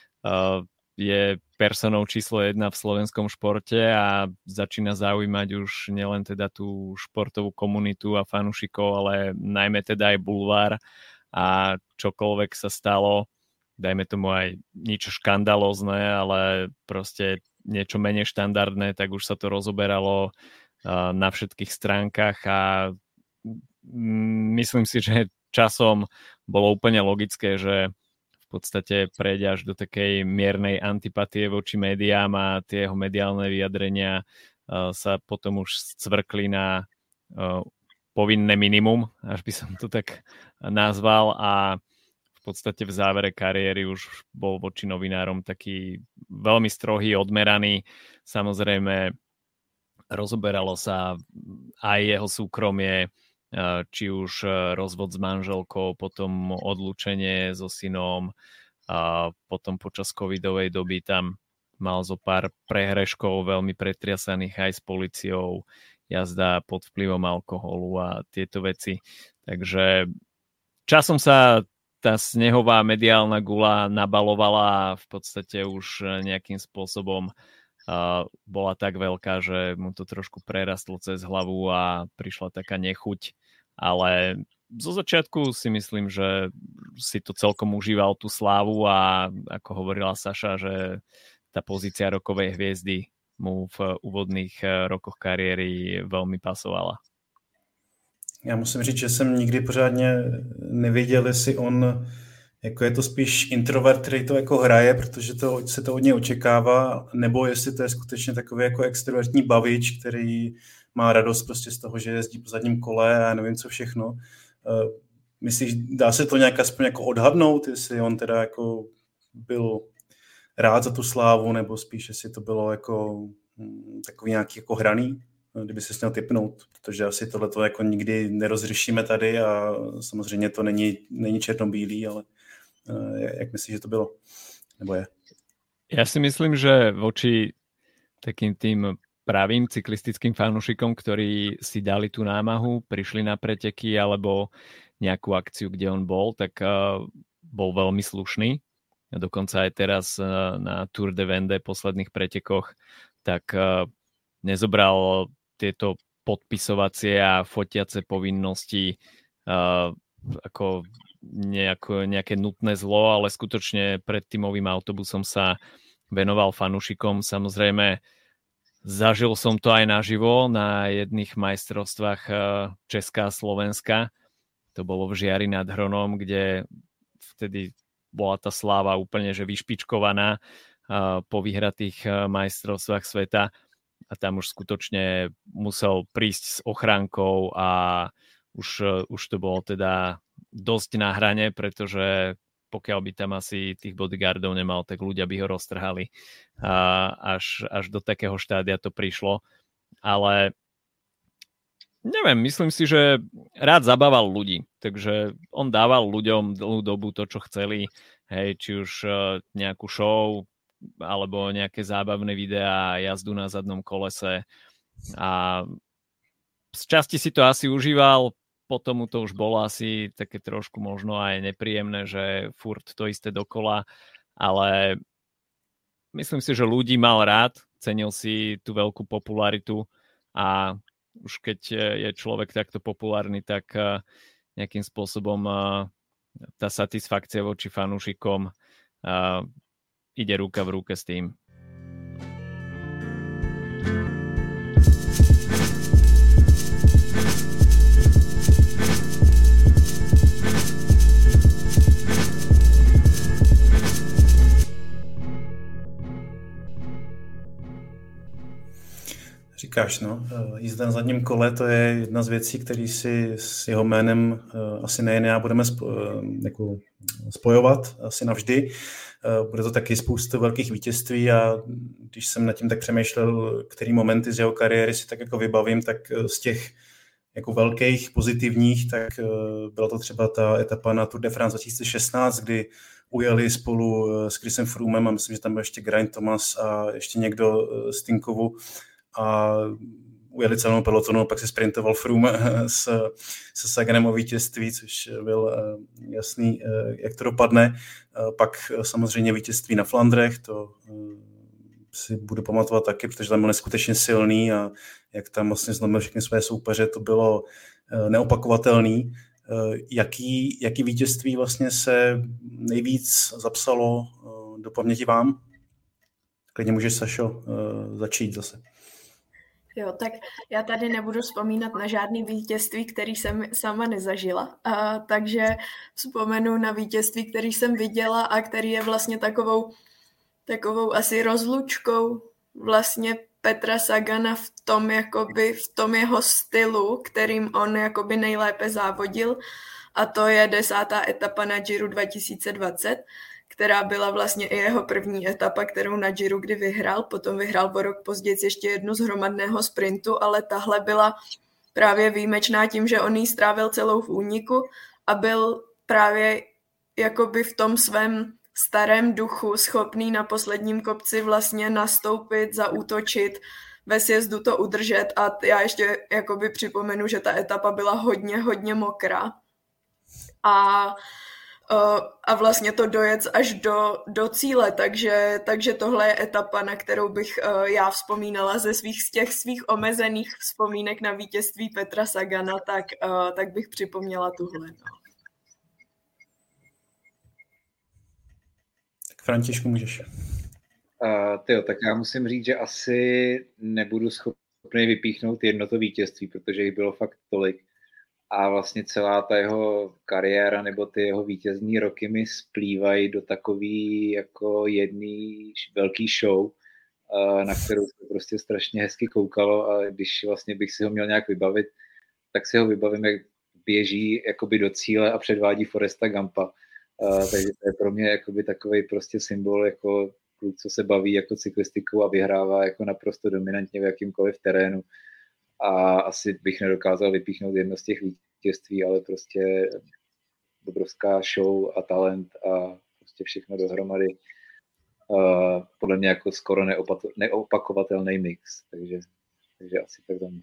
Speaker 7: je personou číslo 1 v slovenskom športe a začína zaujímať už nielen teda tú športovú komunitu a fanúšikov, ale najmä teda aj bulvár a čokoľvek sa stalo, dajme tomu aj nič škandalózne, ale proste niečo menej štandardné, tak už sa to rozoberalo na všetkých stránkach a myslím si, že časom bolo úplne logické, že v podstate prejde až do takej miernej antipatie voči médiám a tie jeho mediálne vyjadrenia sa potom už scvrkli na povinné minimum, až by som to tak nazval, a v podstate v závere kariéry už bol voči novinárom taký veľmi strohý, odmeraný. Samozrejme rozoberalo sa aj jeho súkromie, či už rozvod s manželkou, potom odlúčenie so synom, a potom počas covidovej doby tam mal zo pár prehreškov veľmi pretriasaných aj s políciou, jazda pod vplyvom alkoholu a tieto veci. Takže časom sa tá snehová mediálna gula nabalovala a v podstate už nejakým spôsobom bola tak veľká, že mu to trošku prerastlo cez hlavu a prišla taká nechuť. Ale zo začiatku si myslím, že si to celkom užíval tú slávu a ako hovorila Saša, že tá pozícia rokovej hviezdy mu v úvodných rokoch kariéry veľmi pasovala.
Speaker 5: Já musím říct, že jsem nikdy pořádně nevěděl, jestli on, jako je to spíš introvert, který to jako hraje, protože se to od něj očekává, nebo jestli to je skutečně takový jako extrovertní bavič, který má radost prostě z toho, že jezdí po zadním kole a nevím co všechno. myslíš, dá se to nějak aspoň jako odhadnout, jestli on teda jako byl rád za tu slávu, nebo spíš, jestli to bylo jako takový nějaký jako hraný, kdyby se měl tipnout, protože asi tohleto jako nikdy nerozřešíme tady a samozřejmě to není černobílý, ale jak myslíš, že to bylo? Nebo je?
Speaker 7: Ja si myslím, že voči takým tým pravým cyklistickým fanúšikom, ktorí si dali tú námahu, prišli na preteky alebo nejakú akciu, kde on bol, tak bol veľmi slušný. Dokonca aj teraz na Tour de Vendée posledných pretekoch, tak nezobral tieto podpisovacie a fotiace povinnosti ako nejaké nutné zlo, ale skutočne pred tímovým autobusom sa venoval fanúšikom. Samozrejme, zažil som to aj naživo na jedných majstrovstvách Česká a Slovenska. To bolo v Žiari nad Hronom, kde vtedy bola tá sláva úplne že vyšpičkovaná po vyhratých majstrovstvách sveta a tam už skutočne musel prísť s ochránkou a už to bolo teda dosť na hrane, pretože pokiaľ by tam asi tých bodyguardov nemal, tak ľudia by ho roztrhali. Až do takého štádia to prišlo. Ale neviem, myslím si, že rád zabával ľudí. Takže on dával ľuďom dlhú dobu to, čo chceli. Hej, či už nejakú show, alebo nejaké zábavné videá, jazdu na zadnom kolese. A z časti si to asi užíval, potom mu to už bolo asi také trošku možno aj nepríjemné, že furt to isté dokola, ale myslím si, že ľudí mal rád, cenil si tú veľkú popularitu a už keď je človek takto populárny, tak nejakým spôsobom tá satisfakcia voči fanúšikom ide ruka v ruke s tým.
Speaker 5: Říkáš, no, jízda na zadním kole, to je jedna z věcí, který si s jeho jménem asi nejen já budeme spojovat asi navždy. Bude to taky spoustu velkých vítězství a když jsem nad tím tak přemýšlel, který momenty z jeho kariéry si tak jako vybavím, tak z těch jako velkých, pozitivních, tak byla to třeba ta etapa na Tour de France 2016, kdy ujeli spolu s Chrisem Froomem a myslím, že tam byl ještě Geraint Thomas a ještě někdo z Tinkovu a ujeli celou pelotonu, pak se sprintoval Froome se Saganem o vítězství, což byl jasný, jak to dopadne. Pak samozřejmě vítězství na Flandrech, to si budu pamatovat taky, protože tam byl neskutečně silný a jak tam vlastně zlomil všechny své soupeře, to bylo neopakovatelný. Jaký vítězství vlastně se nejvíc zapsalo do paměti vám? Klidně můžeš, Sašo, začít zase.
Speaker 8: Jo, tak já tady nebudu vzpomínat na žádný vítězství, který jsem sama nezažila, takže vzpomenu na vítězství, který jsem viděla a který je vlastně takovou asi rozlučkou vlastně Petra Sagana v tom jeho stylu, kterým on jakoby nejlépe závodil, a to je 10. etapa na Giro 2020, která byla vlastně i jeho první etapa, kterou na Giro kdy vyhrál. Potom vyhrál o rok později ještě jednu z hromadného sprintu, ale tahle byla právě výjimečná tím, že on jí strávil celou v úniku a byl právě jakoby v tom svém starém duchu schopný na posledním kopci vlastně nastoupit, zaútočit, ve sjezdu to udržet a já ještě jakoby připomenu, že ta etapa byla hodně mokrá a vlastně to dojet až do cíle, takže tohle je etapa, na kterou bych já vzpomínala z těch svých omezených vzpomínek na vítězství Petra Sagana, tak bych připomněla tuhle. No.
Speaker 5: Tak Františku, můžeš.
Speaker 6: Tak já musím říct, že asi nebudu schopný vypíchnout jedno to vítězství, protože jich bylo fakt tolik. A vlastně celá ta jeho kariéra nebo ty jeho vítězný roky mi splývají do takový jako jedný velký show, na kterou se prostě strašně hezky koukalo a když vlastně bych si ho měl nějak vybavit, tak si ho vybavím jak běží jakoby do cíle a předvádí Foresta Gumpa. Takže to je pro mě jakoby takovej prostě symbol, jako kluk, co se baví jako cyklistikou a vyhrává jako naprosto dominantně v jakýmkoliv terénu. A asi bych nedokázal vypíchnout jedno z těch vítězství, ale prostě obrovská show a talent a prostě všechno dohromady. Podle mě jako skoro neopakovatelný mix, takže asi tak za mě.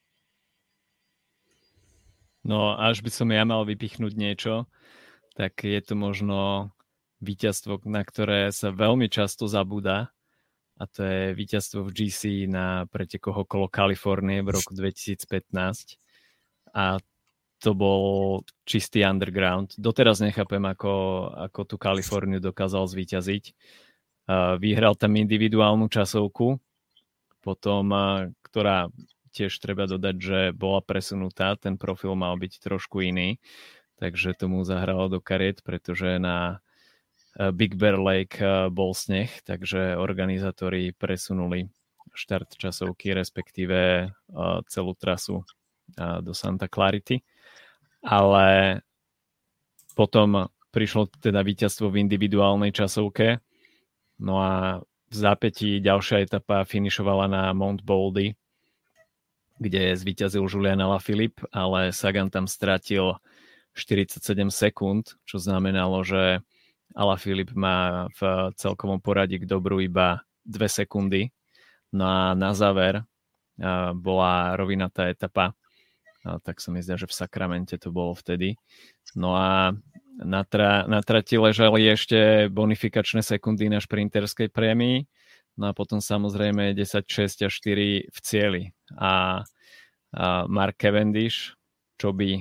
Speaker 7: No, až by som ja mal vypichnúť niečo, tak je to možno víťazstvo, na ktoré sa veľmi často zabúda, a to je víťazstvo v GC na pretekoch okolo Kalifornie v roku 2015. A to bol čistý underground. Doteraz nechápem, ako tú Kaliforniu dokázal zvíťaziť. Vyhral tam individuálnu časovku, potom, ktorá tiež treba dodať, že bola presunutá, ten profil mal byť trošku iný, takže tomu zahralo do kariet, pretože na Big Bear Lake bol sneh, takže organizátori presunuli štart časovky, respektíve celú trasu do Santa Clarity. Ale potom prišlo teda víťazstvo v individuálnej časovke, no a v zápätí ďalšia etapa finišovala na Mount Baldy, kde zvíťazil Julian Alaphilippe, ale Sagan tam stratil 47 sekúnd, čo znamenalo, že Alaphilippe má v celkovom poradí k dobru iba 2 sekundy. No a na záver bola rovinatá etapa, tak sa mi zdá, že v Sakramente to bolo vtedy. No a na trati ležali ešte bonifikačné sekundy na šprinterskej prémii, no a potom samozrejme 10, 6 a 4 v cieli. A Mark Cavendish, čo by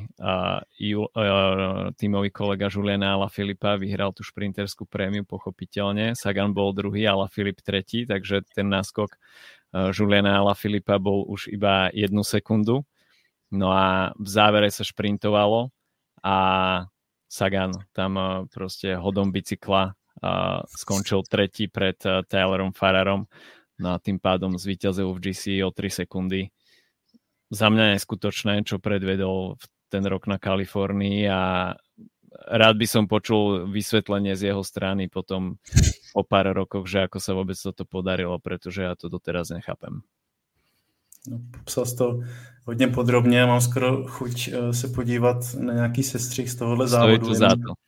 Speaker 7: tímový kolega Juliana Alaphilippa, vyhral tú šprinterskú prémiu pochopiteľne. Sagan bol druhý, Alaphilippe tretí, takže ten náskok Juliana Alaphilippa bol už iba 1 sekundu. No a v závere sa šprintovalo a Sagan tam proste hodom bicykla skončil tretí pred Taylerom Farrarom, no a tým pádom zvíťazil v GC o 3 sekundy. Za mňa neskutočné, čo predvedol v ten rok na Kalifornii, a rád by som počul vysvetlenie z jeho strany potom o pár rokoch, že ako sa vôbec toto podarilo, pretože ja to doteraz nechápem.
Speaker 5: No, popsal jsi to hodně podrobně a mám skoro chuť se podívat na nějaký sestřih z tohohle závodu.
Speaker 7: Stojí to za to.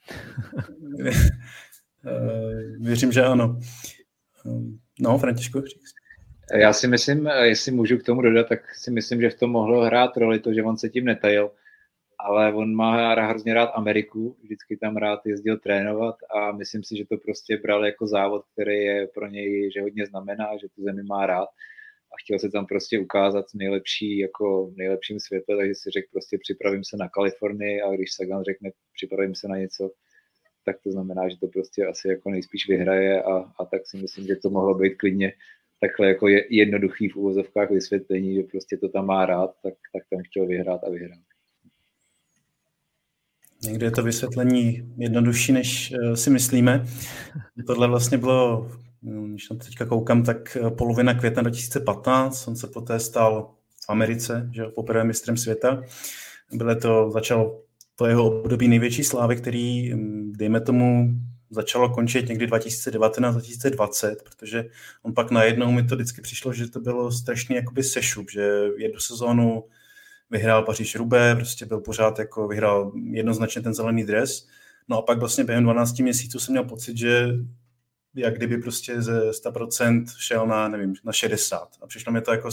Speaker 5: Věřím, že ano. No, Františku,
Speaker 6: já si myslím, jestli můžu k tomu dodat, tak si myslím, že v tom mohlo hrát roli to, že on se tím netajil, ale on má hrozně rád Ameriku, vždycky tam rád jezdil trénovat a myslím si, že to prostě bral jako závod, který je pro něj, že hodně znamená, že tu zemi má rád a chtěl se tam prostě ukázat v nejlepším světle, takže si řekl prostě připravím se na Kalifornii, a když Sagan řekne připravím se na něco, tak to znamená, že to prostě asi jako nejspíš vyhraje, a tak si myslím, že to mohlo být klidně takhle jako jednoduchý v uvozovkách vysvětlení, že prostě to tam má rád, tak tam chtěl vyhrát a vyhrál.
Speaker 5: Někdy je to vysvětlení jednodušší, než si myslíme. Tohle vlastně bylo, když na to teďka koukám, tak polovina května 2015, on se poté stal v Americe, že poprvé mistrem světa. Začalo to jeho období největší slávy, který, dejme tomu, začalo končit někdy 2019-2020, protože on pak najednou mi to vždycky přišlo, že to bylo strašný jakoby sešup, že jednu sezónu vyhrál Paříž-Roubaix, prostě byl pořád jako vyhrál jednoznačně ten zelený dres, no a pak vlastně během 12 měsíců jsem měl pocit, že jak kdyby prostě ze 100% šel na 60 a přišlo mi to jako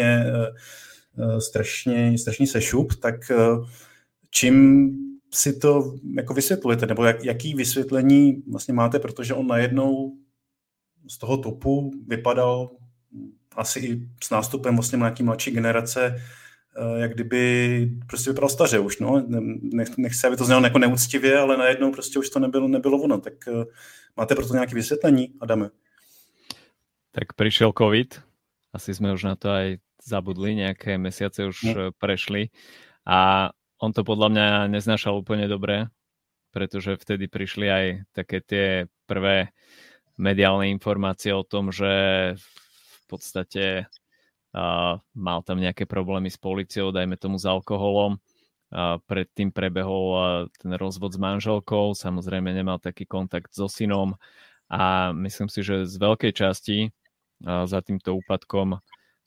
Speaker 5: strašný sešup, tak čím si to jako vysvětlujete, nebo jaký vysvětlení vlastně máte, protože on najednou z toho topu vypadal asi i s nástupem vlastně nějaký mladší generace, jak kdyby prostě vypadal staře už, no. Nechci, aby to znělo jako neúctivě, ale najednou prostě už to nebylo ono. Tak máte proto nějaké vysvětlení, Adame?
Speaker 7: Tak prišiel COVID, asi sme už na to aj zabudli, nejaké mesiace už prešli a on to podľa mňa neznášal úplne dobre, pretože vtedy prišli aj také tie prvé mediálne informácie o tom, že v podstate mal tam nejaké problémy s políciou, dajme tomu s alkoholom, predtým prebehol ten rozvod s manželkou, samozrejme nemal taký kontakt so synom a myslím si, že z veľkej časti za týmto úpadkom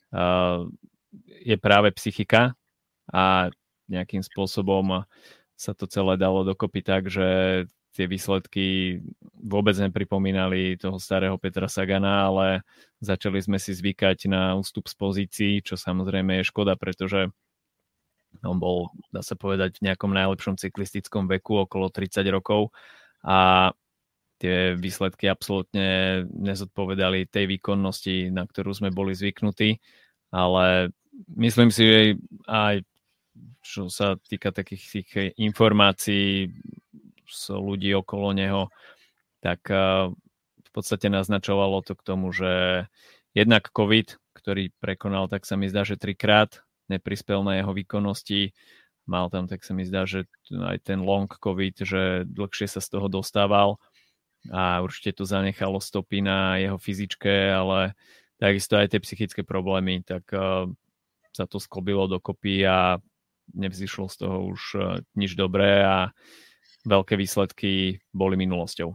Speaker 7: je práve psychika a nejakým spôsobom sa to celé dalo dokopy tak, že tie výsledky vôbec nepripomínali toho starého Petra Sagana, ale začali sme si zvykať na ústup z pozícií, čo samozrejme je škoda, pretože on bol, dá sa povedať, v nejakom najlepšom cyklistickom veku, okolo 30 rokov a tie výsledky absolútne nezodpovedali tej výkonnosti, na ktorú sme boli zvyknutí, ale myslím si, že aj čo sa týka takých tých informácií z ľudí okolo neho, tak v podstate naznačovalo to k tomu, že jednak COVID, ktorý prekonal, tak sa mi zdá, že 3-krát neprispel na jeho výkonnosti. Mal tam, tak sa mi zdá, že aj ten long COVID, že dlhšie sa z toho dostával a určite to zanechalo stopy na jeho fyzičke, ale takisto aj tie psychické problémy, tak sa to sklbilo dokopy a nevzýšlo z toho už nič dobré a veľké výsledky boli minulosťou.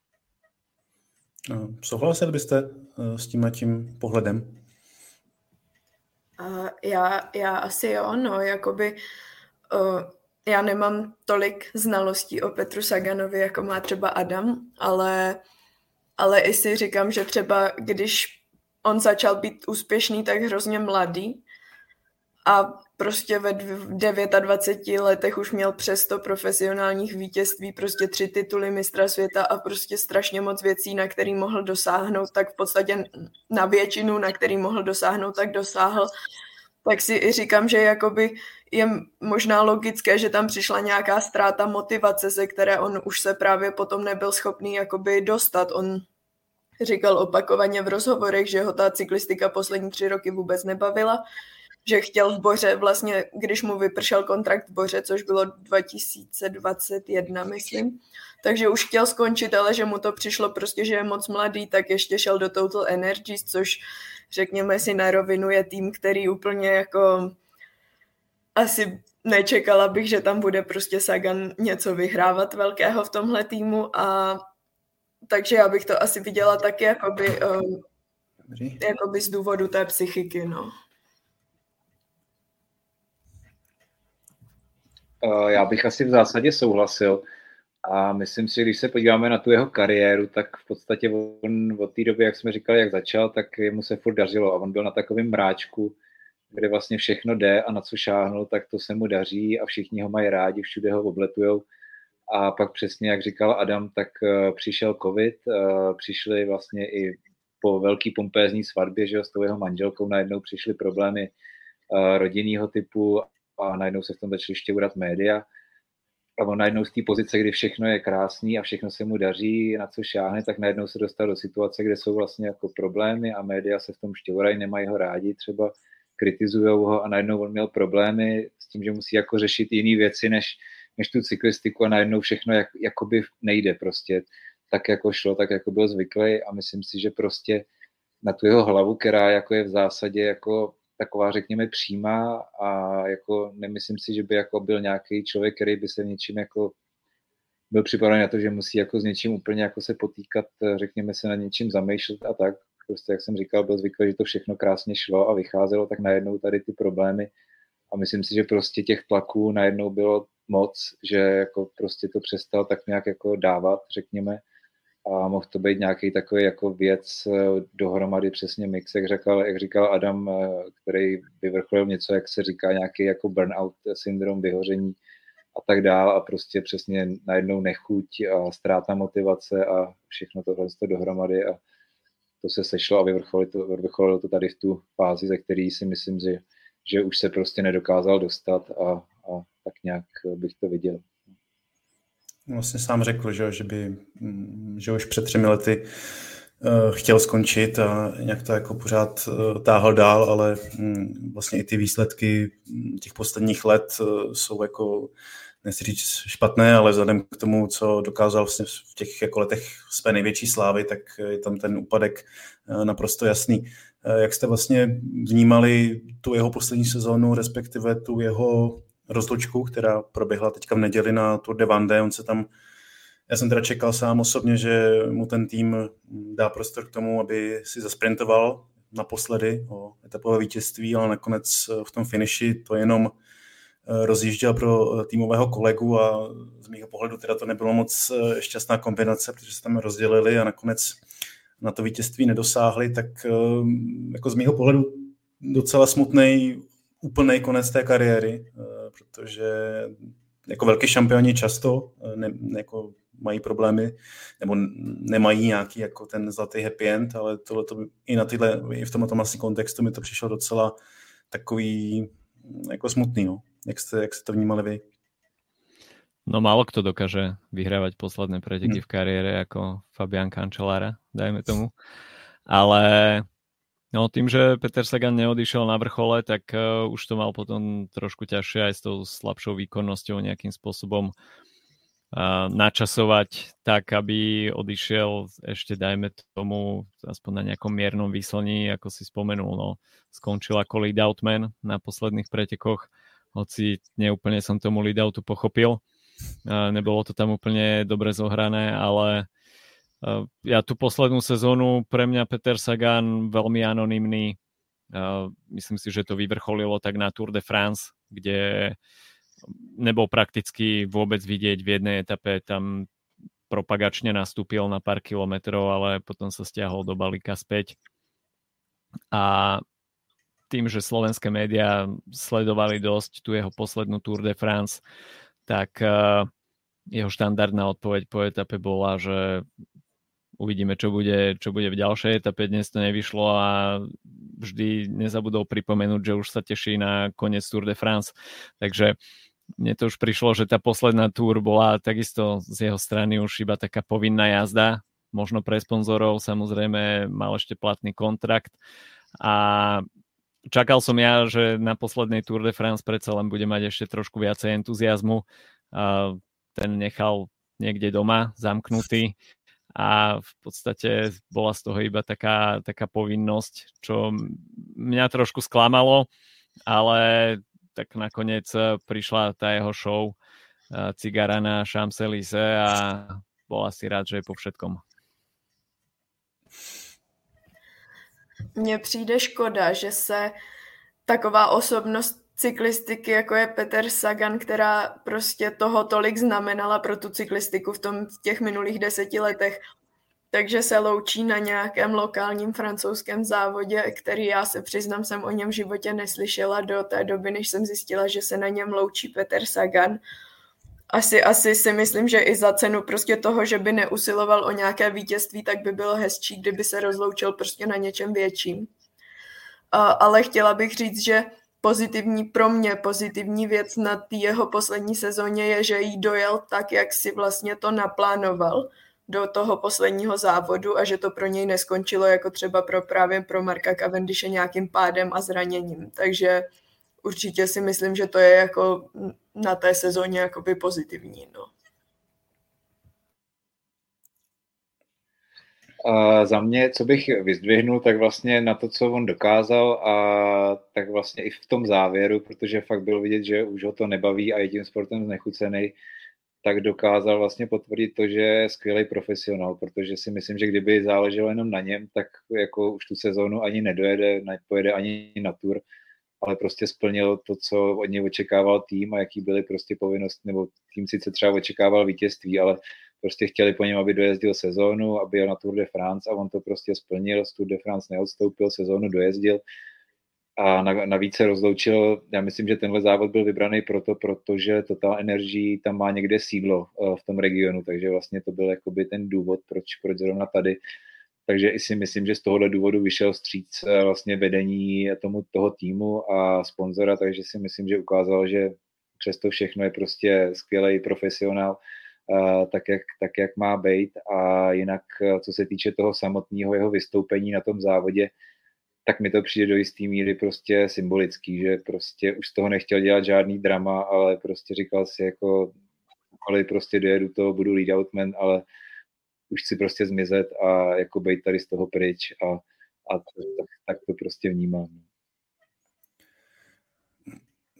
Speaker 5: Souhlasili byste s tím pohledem?
Speaker 8: Já asi jo, no, jakoby já nemám tolik znalostí o Petru Saganovi, jako má třeba Adam, ale i si říkám, že třeba když on začal být úspěšný, tak hrozně mladý a prostě ve 29 letech už měl přes 100 profesionálních vítězství, prostě 3 tituly mistra světa a prostě strašně moc věcí, na který mohl dosáhnout, tak v podstatě na většinu, na který mohl dosáhnout, tak dosáhl. Tak si i říkám, že jakoby je možná logické, že tam přišla nějaká ztráta motivace, ze které on už se právě potom nebyl schopný jakoby dostat. On říkal opakovaně v rozhovorech, že ho ta cyklistika poslední 3 roky vůbec nebavila, že chtěl v Boře, vlastně když mu vypršel kontrakt v Boře, což bylo 2021, myslím, takže už chtěl skončit, ale že mu to přišlo prostě, že je moc mladý, tak ještě šel do Total Energies, což řekněme si na rovinu je tým, který úplně jako asi nečekala bych, že tam bude prostě Sagan něco vyhrávat velkého v tomhle týmu a takže já bych to asi viděla taky jakoby z důvodu té psychiky, no.
Speaker 6: Já bych asi v zásadě souhlasil a myslím si, že když se podíváme na tu jeho kariéru, tak v podstatě on od té doby, jak jsme říkali, jak začal, tak mu se furt dařilo a on byl na takovém mráčku, kde vlastně všechno jde a na co šáhnul, tak to se mu daří a všichni ho mají rádi, všude ho obletujou. A pak přesně, jak říkal Adam, tak přišel covid, přišly vlastně i po velký pompézní svatbě, že s tou jeho manželkou najednou přišly problémy rodinného typu a najednou se v tom začaly štěurat média. A on najednou z té pozice, kdy všechno je krásný a všechno se mu daří, na co šáhne, tak najednou se dostal do situace, kde jsou vlastně jako problémy a média se v tom štěurají, nemají ho rádi, třeba kritizujou ho a najednou on měl problémy s tím, že musí jako řešit jiné věci než tu cyklistiku a najednou všechno jakoby nejde prostě tak, jako šlo, tak jako byl zvyklý a myslím si, že prostě na tu jeho hlavu, která jako je v zásadě jako taková, řekněme, přímá a jako nemyslím si, že by jako byl nějaký člověk, který by se v něčím jako byl připravený na to, že musí jako s něčím úplně jako se potýkat, řekněme se na něčím zamýšlet a tak. Prostě, jak jsem říkal, byl zvyklý, že to všechno krásně šlo a vycházelo, tak najednou tady ty problémy a myslím si, že prostě těch tlaků najednou bylo moc, že jako prostě to přestal tak nějak jako dávat, řekněme, a mohl to být nějaký takový jako věc dohromady přesně mix, jak říkal Adam, který vyvrcholil něco, jak se říká, nějaký jako burnout syndrom, vyhoření a tak dál a prostě přesně najednou nechuť a ztráta motivace a všechno tohle dohromady a to se sešlo a vyvrcholilo to tady v tu fázi, ze který si myslím, že už se prostě nedokázal dostat a tak nějak bych to viděl.
Speaker 5: Vlastně sám řekl, že už před 3 lety chtěl skončit a nějak to jako pořád táhl dál, ale vlastně i ty výsledky těch posledních let jsou jako, nechci říct špatné, ale vzhledem k tomu, co dokázal vlastně v těch jako letech své největší slávy, tak je tam ten úpadek naprosto jasný. Jak jste vlastně vnímali tu jeho poslední sezónu, respektive tu jeho rozlučku, která proběhla teďka v neděli na Tour de Vendée. Já jsem teda čekal sám osobně, že mu ten tým dá prostor k tomu, aby si zasprintoval naposledy o etapové vítězství, ale nakonec v tom finiši to jenom rozjížděl pro týmového kolegu a z mýho pohledu teda to nebylo moc šťastná kombinace, protože se tam rozdělili a nakonec na to vítězství nedosáhli, tak jako z mýho pohledu docela smutný úplný konec té kariéry, protože jako velký šampioni často jako mají problémy, nebo nemají nějaký jako ten zlatý happy end, ale tohleto i v tomto asi kontextu mi to přišlo docela takový jako smutný, no. Jak jste to vnímali vy?
Speaker 7: No málo kto dokáže vyhrávať posledné preteky v kariére ako Fabian Cancellara, dajme tomu. Ale no, tým, že Peter Sagan neodišiel na vrchole, tak už to mal potom trošku ťažšie aj s tou slabšou výkonnosťou nejakým spôsobom načasovať tak, aby odišiel ešte, dajme tomu, aspoň na nejakom miernom výslní, ako si spomenul. No, skončil ako lead-outman na posledných pretekoch, hoci neúplne som tomu lead-outu pochopil. Nebolo to tam úplne dobre zohrané, ale ja tú poslednú sezónu, pre mňa Peter Sagan veľmi anonymný. Myslím si, že to vyvrcholilo tak na Tour de France, kde nebol prakticky vôbec vidieť v jednej etape. Tam propagačne nastúpil na pár kilometrov, ale potom sa stiahol do balíka späť. A tým, že slovenské médiá sledovali dosť tú jeho poslednú Tour de France, tak jeho štandardná odpoveď po etape bola, že uvidíme, čo bude v ďalšej etape. Dnes to nevyšlo a vždy nezabudol pripomenúť, že už sa teší na koniec Tour de France. Takže mne to už prišlo, že tá posledná Tour bola takisto z jeho strany už iba taká povinná jazda. Možno pre sponzorov, samozrejme mal ešte platný kontrakt. A čakal som ja, že na poslednej Tour de France predsa len bude mať ešte trošku viacej entuziazmu. Ten nechal niekde doma, zamknutý. A v podstate bola z toho iba taká povinnosť, čo mňa trošku sklamalo, ale tak nakoniec prišla tá jeho show Cigara na Champs-Élysées a bol asi rád, že je po všetkom.
Speaker 8: Mně přijde škoda, že se taková osobnost cyklistiky, jako je Peter Sagan, která prostě toho tolik znamenala pro tu cyklistiku v těch minulých 10 letech, takže se loučí na nějakém lokálním francouzském závodě, který já se přiznám, jsem o něm v životě neslyšela do té doby, než jsem zjistila, že se na něm loučí Peter Sagan. Asi si myslím, že i za cenu prostě toho, že by neusiloval o nějaké vítězství, tak by bylo hezčí, kdyby se rozloučil prostě na něčem větším. Ale chtěla bych říct, že pro mě pozitivní věc na té jeho poslední sezóně je, že jí dojel tak, jak si vlastně to naplánoval do toho posledního závodu a že to pro něj neskončilo jako třeba právě pro Marka Cavendishe nějakým pádem a zraněním. Takže určitě si myslím, že to je jako na té sezóně jakoby pozitivní. No.
Speaker 6: Za mě, co bych vyzdvihnul, tak vlastně na to, co on dokázal a tak vlastně i v tom závěru, protože fakt bylo vidět, že už ho to nebaví a je tím sportem znechucený, tak dokázal vlastně potvrdit to, že je skvělý profesionál, protože si myslím, že kdyby záleželo jenom na něm, tak jako už tu sezónu ani nepojede ani na Tour, ale prostě splnil to, co od něj očekával tým a jaký byly prostě povinnosti, nebo tým sice třeba očekával vítězství, ale prostě chtěli po něm, aby dojezdil sezónu, aby jel na Tour de France a on to prostě splnil, z Tour de France neodstoupil, sezónu dojezdil a navíc se rozloučil. Já myslím, že tenhle závod byl vybraný protože Total Energy tam má někde sídlo v tom regionu, takže vlastně to byl jakoby ten důvod, proč zrovna tady. Takže i si myslím, že z tohohle důvodu vyšel vstříc vlastně vedení toho týmu a sponzora, takže si myslím, že ukázal, že přesto všechno je prostě skvělý profesionál, tak jak má být. A jinak, co se týče toho samotného jeho vystoupení na tom závodě, tak mi to přijde do jistý míry prostě symbolický, že prostě už z toho nechtěl dělat žádný drama, ale prostě říkal si jako, ale prostě dojedu to, budu lead outman, ale už chci prostě zmizet a jako bejt tady z toho pryč a tak to prostě vnímám.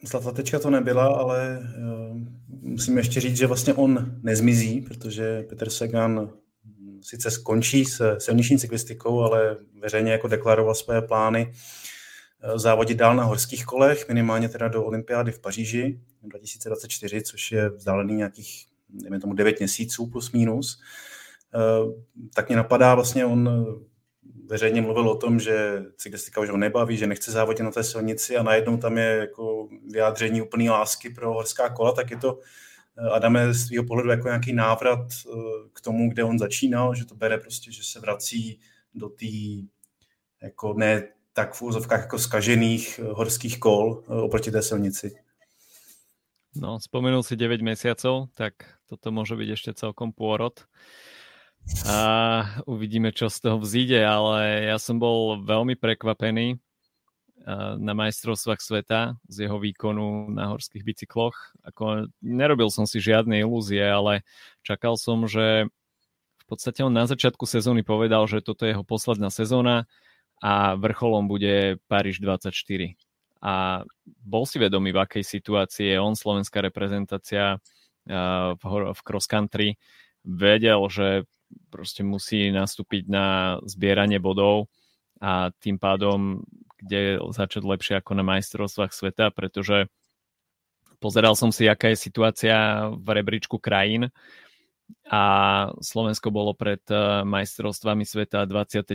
Speaker 5: zlatá tečka to nebyla, ale musím ještě říct, že vlastně on nezmizí, protože Peter Sagan sice skončí se silniční cyklistikou, ale veřejně jako deklaroval své plány závodit dál na horských kolech, minimálně teda do olympiády v Paříži 2024, což je vzdálený nějakých, dejme tomu 9 měsíců plus minus. Tak mě napadá, vlastně on veřejně mluvil o tom, že cyklistika už ho nebaví, že nechce závodit na té silnici a najednou tam je jako vyjádření úplný lásky pro horská kola, tak je to, Adame, z tvýho pohledu jako nějaký návrat k tomu, kde on začínal, že to bere prostě, že se vrací do té jako ne tak v úzovkách jako zkažených horských kol oproti té silnici.
Speaker 7: No, spomenul si 9 mesiacov, tak toto môže byť ešte celkom pôrod. A uvidíme, čo z toho vzíde, ale ja som bol veľmi prekvapený na majstrovstvách sveta z jeho výkonu na horských bicykloch. Ako, nerobil som si žiadne ilúzie, ale čakal som, že v podstate on na začiatku sezóny povedal, že toto je jeho posledná sezóna a vrcholom bude Paríž 24. A bol si vedomý, v akej situácii je on, slovenská reprezentácia v cross country. Vedel, že proste musí nastúpiť na zbieranie bodov a tým pádom kde začať lepšie ako na majstrovstvách sveta, pretože pozeral som si, aká je situácia v rebríčku krajín a Slovensko bolo pred majstrovstvami sveta 29.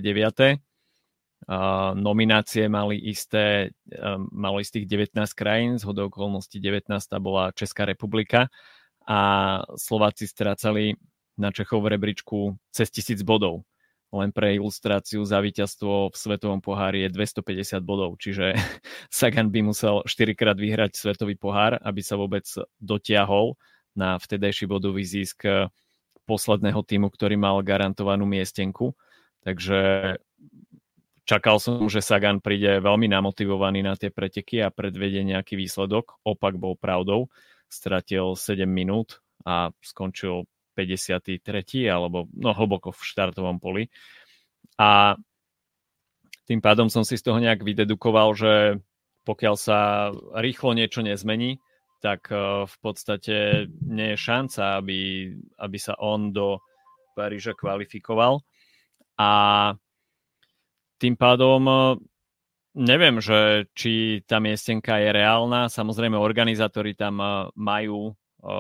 Speaker 7: Nominácie malo istých 19 krajín, zhodou okolností 19. bola Česká republika a Slováci strácali na Čechov v rebríčku cez 1000 bodov. Len pre ilustráciu za víťazstvo v svetovom pohári je 250 bodov, čiže Sagan by musel 4-krát vyhrať svetový pohár, aby sa vôbec dotiahol na vtedajší bodový zisk posledného týmu, ktorý mal garantovanú miestenku. Takže čakal som, že Sagan príde veľmi namotivovaný na tie preteky a predvedie nejaký výsledok. Opak bol pravdou. Stratil 7 minút a skončil 53. alebo hlboko v štartovom poli. A tým pádom som si z toho nejak vydedukoval, že pokiaľ sa rýchlo niečo nezmení, tak v podstate nie je šanca, aby sa on do Paríža kvalifikoval. A tým pádom neviem, že či tá miestenka je reálna. Samozrejme, organizátori tam majú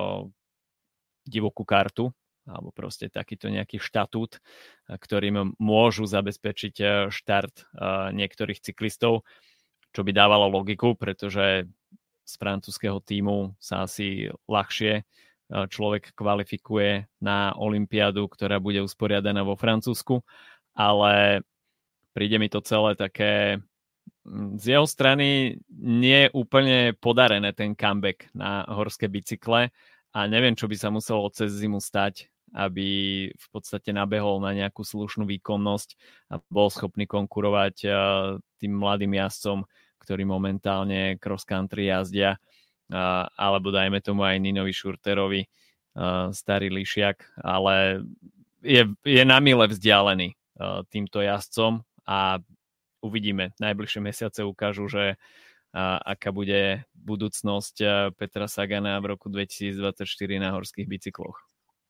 Speaker 7: divokú kartu, alebo proste takýto nejaký štatút, ktorým môžu zabezpečiť štart niektorých cyklistov, čo by dávalo logiku, pretože z francúzskeho tímu sa asi ľahšie človek kvalifikuje na olympiádu, ktorá bude usporiadaná vo Francúzsku, ale príde mi to celé také z jeho strany nie je úplne podarené ten comeback na horské bicykle a neviem, čo by sa muselo cez zimu stať, aby v podstate nabehol na nejakú slušnú výkonnosť a bol schopný konkurovať tým mladým jazdcom, ktorí momentálne cross country jazdia, alebo dajme tomu aj Ninovi Šurterovi, starý lišiak, ale je na mile vzdialený týmto jazdcom a uvidíme. Najbližšie mesiace ukážu, že aká bude budúcnosť Petra Sagana v roku 2024 na horských bicykloch.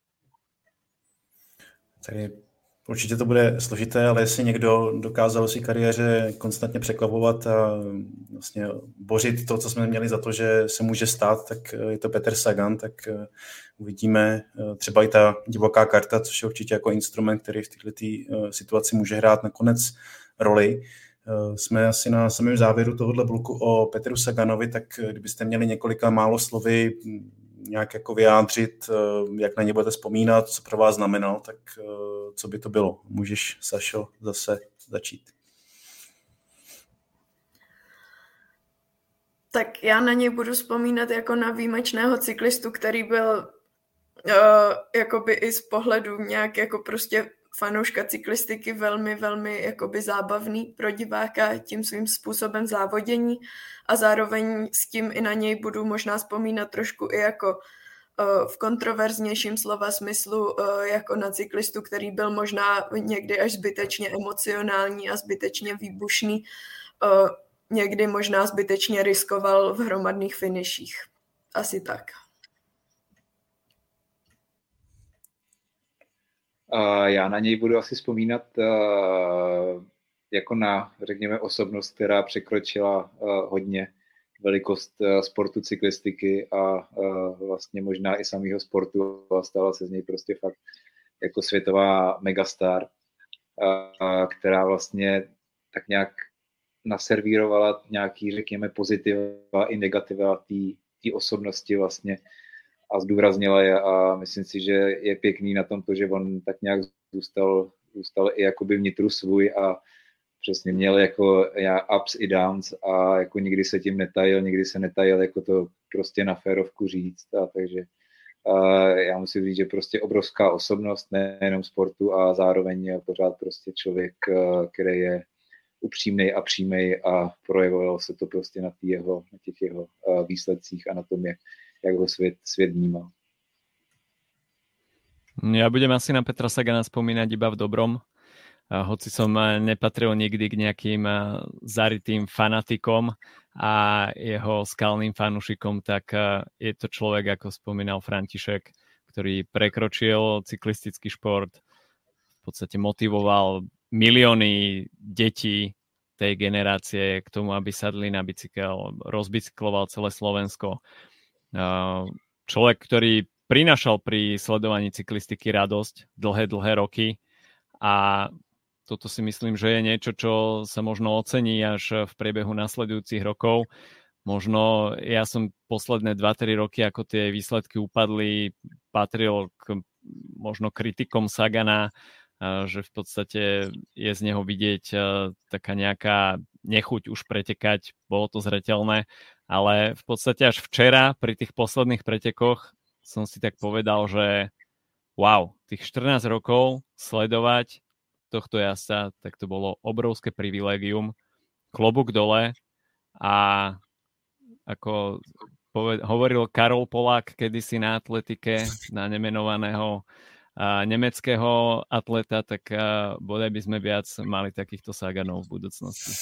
Speaker 5: Tady určitě to bude složité, ale jestli někdo dokázal v své kariéře konstantně překvapovat a vlastně bořit to, co jsme měli za to, že se může stát, tak je to Peter Sagan, tak uvidíme třeba i ta divoká karta, což je určitě jako instrument, který v této situaci může hrát nakonec roli. Jsme asi na samém závěru tohohle bloku o Petru Saganovi, tak kdybyste měli několika málo slovy nějak jako vyjádřit, jak na ně budete vzpomínat, co pro vás znamenal, tak co by to bylo? Můžeš, Sašo, zase začít.
Speaker 8: Tak já na něj budu vzpomínat jako na výjimečného cyklistu, který byl jakoby i z pohledu nějak jako prostě fanouška cyklistiky velmi, velmi jakoby zábavný pro diváka tím svým způsobem závodění a zároveň s tím i na něj budu možná vzpomínat trošku i jako v kontroverznějším slova smyslu jako na cyklistu, který byl možná někdy až zbytečně emocionální a zbytečně výbušný. někdy možná zbytečně riskoval v hromadných finiších. Asi tak.
Speaker 6: Já na něj budu asi vzpomínat jako na, řekněme, osobnost, která překročila hodně velikost sportu cyklistiky a vlastně možná i samého sportu a stala se z něj prostě fakt jako světová megastar, která vlastně tak nějak naservírovala nějaký, řekněme, pozitiva i negativa té osobnosti vlastně a zdůraznila je a myslím si, že je pěkný na tom to, že on tak nějak zůstal i jakoby vnitru svůj a přesně měl jako ups i downs a jako nikdy se tím nikdy se netajil jako to prostě na férovku říct a takže já musím říct, že prostě obrovská osobnost, nejenom sportu a zároveň je pořád prostě člověk, který je upřímnej a přímej a projevovalo se to prostě na těch jeho výsledcích a na tom, jak ho svět vnímal.
Speaker 7: Ja budem asi na Petra Sagana spomínať iba v dobrom. Hoci som nepatril nikdy k nejakým zarytým fanatikom a jeho skalným fanúšikom, tak je to človek, ako spomínal František, ktorý prekročil cyklistický šport, v podstate motivoval milióny detí tej generácie k tomu, aby sadli na bicykel, rozbicykloval celé Slovensko. Človek, ktorý prinašal pri sledovaní cyklistiky radosť dlhé roky a toto si myslím, že je niečo, čo sa možno ocení až v priebehu nasledujúcich rokov. Možno ja som posledné 2-3 roky, ako tie výsledky upadli, patril k možno kritikom Sagana, že v podstate je z neho vidieť taká nejaká nechuť už pretekať, bolo to zreteľné, ale v podstate až včera pri tých posledných pretekoch som si tak povedal, že wow, tých 14 rokov sledovať tohto jazdca, tak to bolo obrovské privilégium, klobúk dole a ako hovoril Karol Polák kedysi na atletike, na nemenovaného nemeckého atleta, tak bodaj by sme viac mali takýchto Saganov v budúcnosti.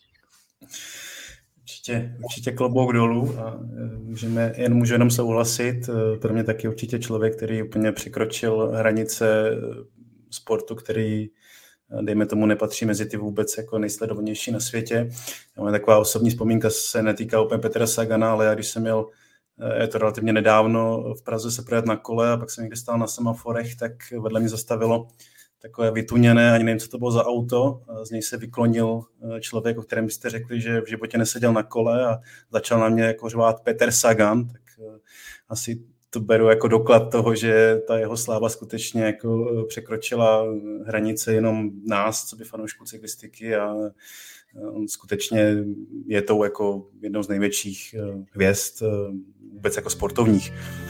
Speaker 5: Určitě klobouk dolů a můžu jenom souhlasit. Pro mě taky určitě člověk, který úplně překročil hranice sportu, který, dejme tomu, nepatří mezi ty vůbec jako nejsledovanější na světě. Taková osobní vzpomínka se netýká úplně Petra Sagana, ale já když jsem měl, je to relativně nedávno, v Praze se projet na kole a pak jsem někde stál na semaforech, tak vedle mě zastavilo takové vytuněné, ani nevím, co to bylo za auto. Z něj se vyklonil člověk, o kterém byste řekli, že v životě neseděl na kole a začal na mě jako řvát Peter Sagan, tak asi to beru jako doklad toho, že ta jeho sláva skutečně jako překročila hranice jenom nás, co by fanoušků cyklistiky a on skutečně je tou jako jednou z největších hvězd vůbec jako sportovních.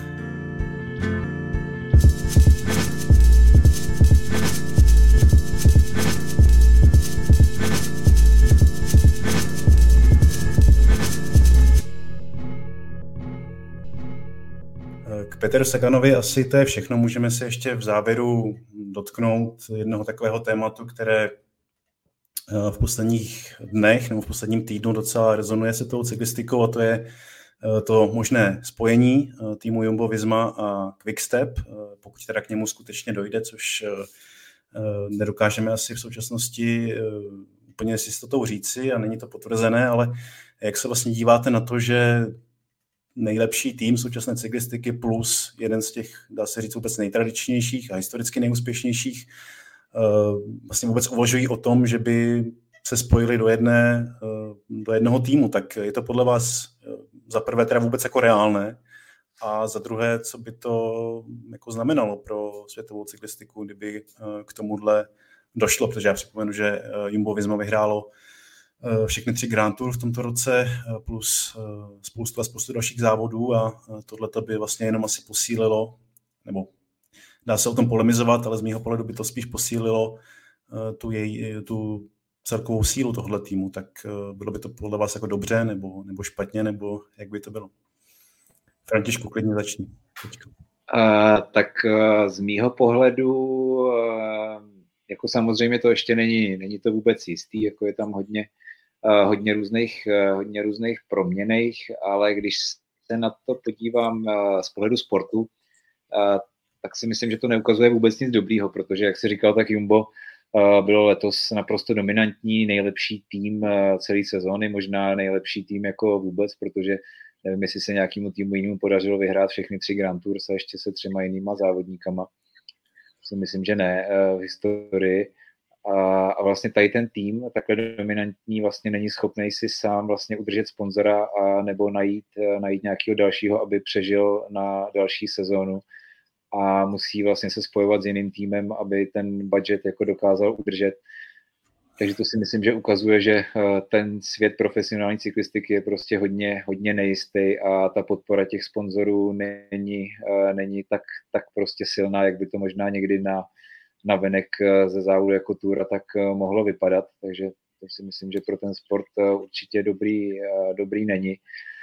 Speaker 5: K Peteru Saganovi asi to je všechno. Můžeme se ještě v závěru dotknout jednoho takového tématu, které v posledních dnech nebo v posledním týdnu docela rezonuje se tou cyklistikou, a to je to možné spojení týmu Jumbo-Visma a Quickstep, pokud teda k němu skutečně dojde, což nedokážeme asi v současnosti úplně s jistotou říci a není to potvrzené, ale jak se vlastně díváte na to, že nejlepší tým současné cyklistiky plus jeden z těch, dá se říct, vůbec nejtradičnějších a historicky nejúspěšnějších vlastně vůbec uvažují o tom, že by se spojili do jednoho týmu, tak je to podle vás za prvé teda vůbec jako reálné a za druhé, co by to jako znamenalo pro světovou cyklistiku, kdyby k tomuhle došlo, protože já připomenu, že Jumbo-Visma vyhrálo všechny 3 Grand Tour v tomto roce plus spoustu dalších závodů a tohleto by vlastně jenom asi posílilo, nebo dá se o tom polemizovat, ale z mýho pohledu by to spíš posílilo tu celkovou sílu tohle týmu, tak bylo by to podle vás jako dobře nebo špatně, nebo jak by to bylo? Františku, klidně začni.
Speaker 6: Tak z mýho pohledu jako samozřejmě to ještě není to vůbec jistý, jako je tam hodně různých proměnných, ale když se na to podívám z pohledu sportu, tak si myslím, že to neukazuje vůbec nic dobrýho, protože, jak jsi říkal, tak Jumbo bylo letos naprosto dominantní, nejlepší tým celé sezóny, možná nejlepší tým jako vůbec, protože nevím, jestli se nějakému týmu jinému podařilo vyhrát všechny 3 Grand Tours a ještě se 3 jinýma závodníkama. Si myslím, že ne v historii. A vlastně tady ten tým, takhle dominantní, vlastně není schopný si sám vlastně udržet sponzora a nebo najít nějakého dalšího, aby přežil na další sezónu. A musí vlastně se spojovat s jiným týmem, aby ten budget jako dokázal udržet. Takže to si myslím, že ukazuje, že ten svět profesionální cyklistiky je prostě hodně nejistý a ta podpora těch sponzorů není tak prostě silná, jak by to možná někdy na venek ze závodu jako Tour tak mohlo vypadat. Takže to si myslím, že pro ten sport určitě dobrý není.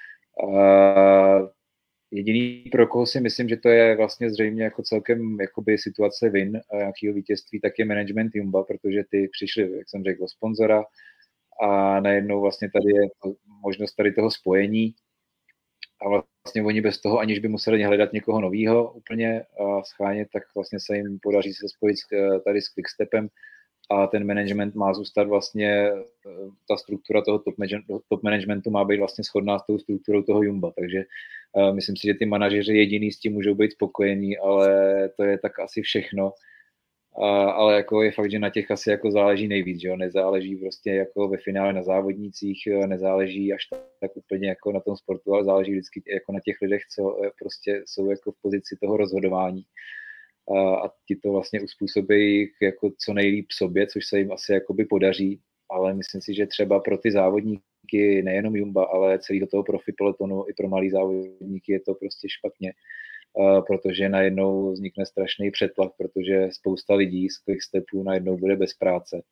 Speaker 6: Jediný, pro koho si myslím, že to je vlastně zřejmě jako celkem jakoby situace win nějakého vítězství, tak je management Jumba, protože ty přišli, jak jsem řekl, sponzora a najednou vlastně tady je možnost tady toho spojení a vlastně oni bez toho, aniž by museli hledat někoho novýho úplně schánět, tak vlastně se jim podaří se spojit tady s Quickstepem a ten management má zůstat vlastně, ta struktura toho top managementu má být vlastně shodná s tou strukturou toho Jumba, takže myslím si, že ty manažeři jediný s tím můžou být spokojení, ale to je tak asi všechno. Ale jako je fakt, že na těch asi jako záleží nejvíc, že jo? Nezáleží prostě jako ve finále na závodnících, nezáleží až tak úplně jako na tom sportu, ale záleží vždycky jako na těch lidech, co prostě jsou jako v pozici toho rozhodování. A ti to vlastně uspůsobí jako co nejlíp sobě, což se jim asi jakoby podaří, ale myslím si, že třeba pro ty závodníky, nejenom Jumba, ale celého toho profi pelotonu i pro malý závodníky je to prostě špatně, protože najednou vznikne strašný přetlak, protože spousta lidí z Quickstepu najednou bude bez práce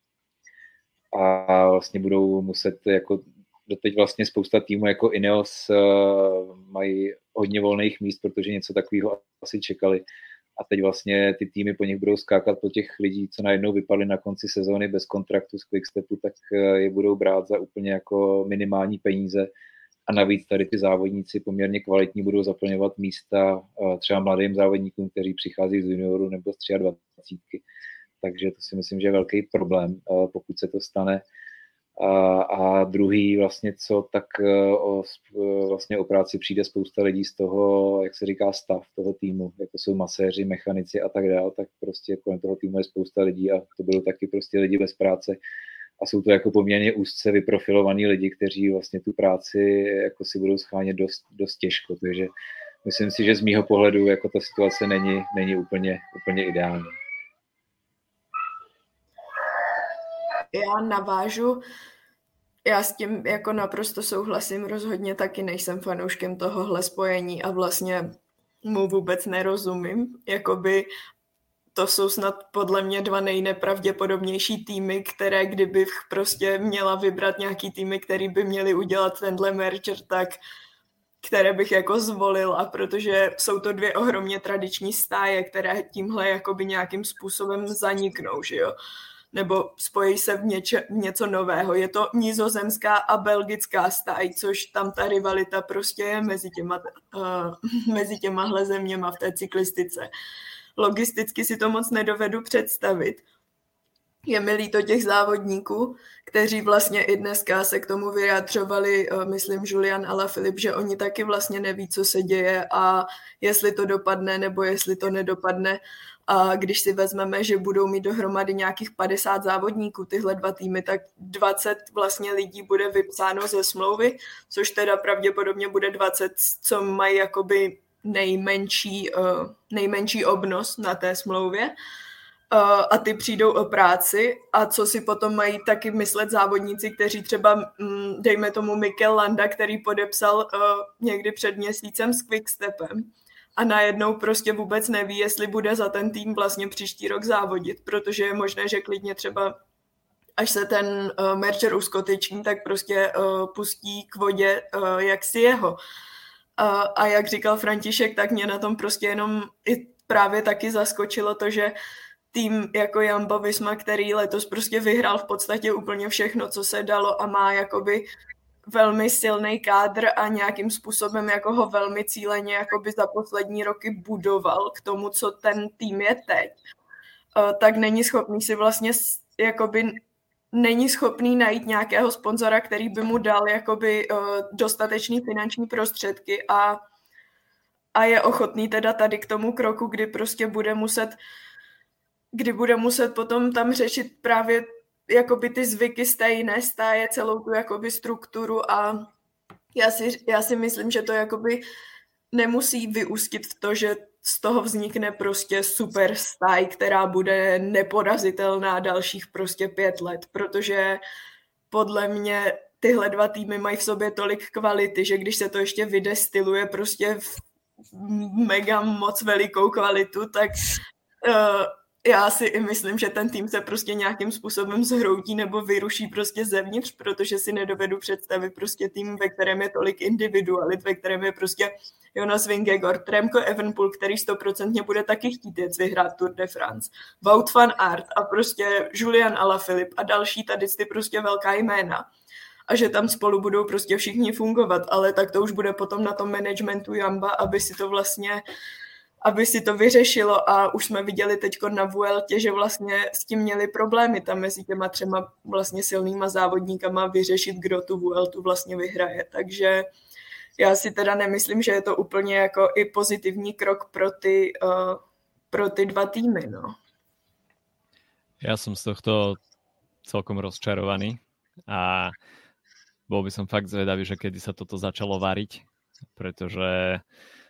Speaker 6: a vlastně budou muset jako doteď vlastně spousta týmů jako Ineos mají hodně volných míst, protože něco takového asi čekali. A teď vlastně ty týmy po nich budou skákat po těch lidí, co najednou vypadly na konci sezóny bez kontraktu z Quickstepu, tak je budou brát za úplně jako minimální peníze. A navíc tady ty závodníci poměrně kvalitní budou zaplňovat místa třeba mladým závodníkům, kteří přichází z junioru nebo z 23. Takže to si myslím, že je velký problém, pokud se to stane. A druhý vlastně co, tak vlastně o práci přijde spousta lidí z toho, jak se říká, stav toho týmu, jako jsou maséři, mechanici a tak dále, tak prostě kolem toho týmu je spousta lidí a to budou taky prostě lidi bez práce a jsou to jako poměrně úzce vyprofilovaní lidi, kteří vlastně tu práci jako si budou schánět dost těžko, takže myslím si, že z mýho pohledu jako ta situace není úplně ideální.
Speaker 8: Já navážu, já s tím jako naprosto souhlasím, rozhodně taky nejsem fanouškem tohohle spojení a vlastně mu vůbec nerozumím, jakoby to jsou snad podle mě 2 nejnepravděpodobnější týmy, které kdybych prostě měla vybrat nějaký týmy, který by měli udělat tenhle merger, tak které bych jako zvolil a protože jsou to 2 ohromně tradiční stáje, které tímhle jakoby nějakým způsobem zaniknou, že jo? Nebo spojí se v něco nového. Je to nizozemská a belgická stáj, což tam ta rivalita prostě je mezi těmahle zeměma v té cyklistice. Logisticky si to moc nedovedu představit. Je mi líto těch závodníků, kteří vlastně i dneska se k tomu vyjadřovali, myslím Julian Alaphilippe, že oni taky vlastně neví, co se děje a jestli to dopadne nebo jestli to nedopadne. A když si vezmeme, že budou mít dohromady nějakých 50 závodníků tyhle 2 týmy, tak 20 vlastně lidí bude vypsáno ze smlouvy, což teda pravděpodobně bude 20, co mají jakoby nejmenší obnos na té smlouvě. A ty přijdou o práci a co si potom mají taky myslet závodníci, kteří třeba, dejme tomu Mikel Landa, který podepsal někdy před měsícem s Quickstepem a najednou prostě vůbec neví, jestli bude za ten tým vlastně příští rok závodit, protože je možné, že klidně třeba až se ten merger uskuteční, tak prostě pustí k vodě jaksi jeho. A jak říkal František, tak mě na tom prostě jenom i právě taky zaskočilo to, že tým jako Jumbo Visma, který letos prostě vyhrál v podstatě úplně všechno, co se dalo a má jakoby velmi silný kádr a nějakým způsobem jako ho velmi cíleně jakoby za poslední roky budoval k tomu, co ten tým je teď, tak není schopný si vlastně jakoby není schopný najít nějakého sponzora, který by mu dal jakoby dostatečný finanční prostředky a je ochotný teda tady k tomu kroku, kdy prostě bude muset potom tam řešit právě jakoby ty zvyky z té jiné stáje, celou tu jakoby strukturu a já si myslím, že to jakoby nemusí vyústit v to, že z toho vznikne prostě super stáj, která bude neporazitelná dalších prostě 5 let, protože podle mě tyhle 2 týmy mají v sobě tolik kvality, že když se to ještě vydestiluje prostě v mega moc velikou kvalitu, tak já si i myslím, že ten tým se prostě nějakým způsobem zhroutí nebo vyruší prostě zevnitř, protože si nedovedu představit prostě tým, ve kterém je tolik individualit, ve kterém je prostě Jonas Vingegaard, Remco Evenepoel, který 100% bude taky chtít jet vyhrát Tour de France, Wout van Aert a prostě Julian Alaphilippe a další tady ty prostě velká jména. A že tam spolu budou prostě všichni fungovat, ale tak to už bude potom na tom managementu Jamba, aby si to vyřešilo a už jsme viděli teďko na Vueltě, že vlastně s tím měli problémy tam mezi těma 3 vlastně silnýma závodníkama vyřešit, kdo tu Vueltu vlastně vyhraje. Takže já si teda nemyslím, že je to úplně jako i pozitivní krok pro ty 2 týmy. No.
Speaker 7: Ja som z tohto celkom rozčarovaný a bol by som fakt zvedavý, že kedy sa toto začalo variť, pretože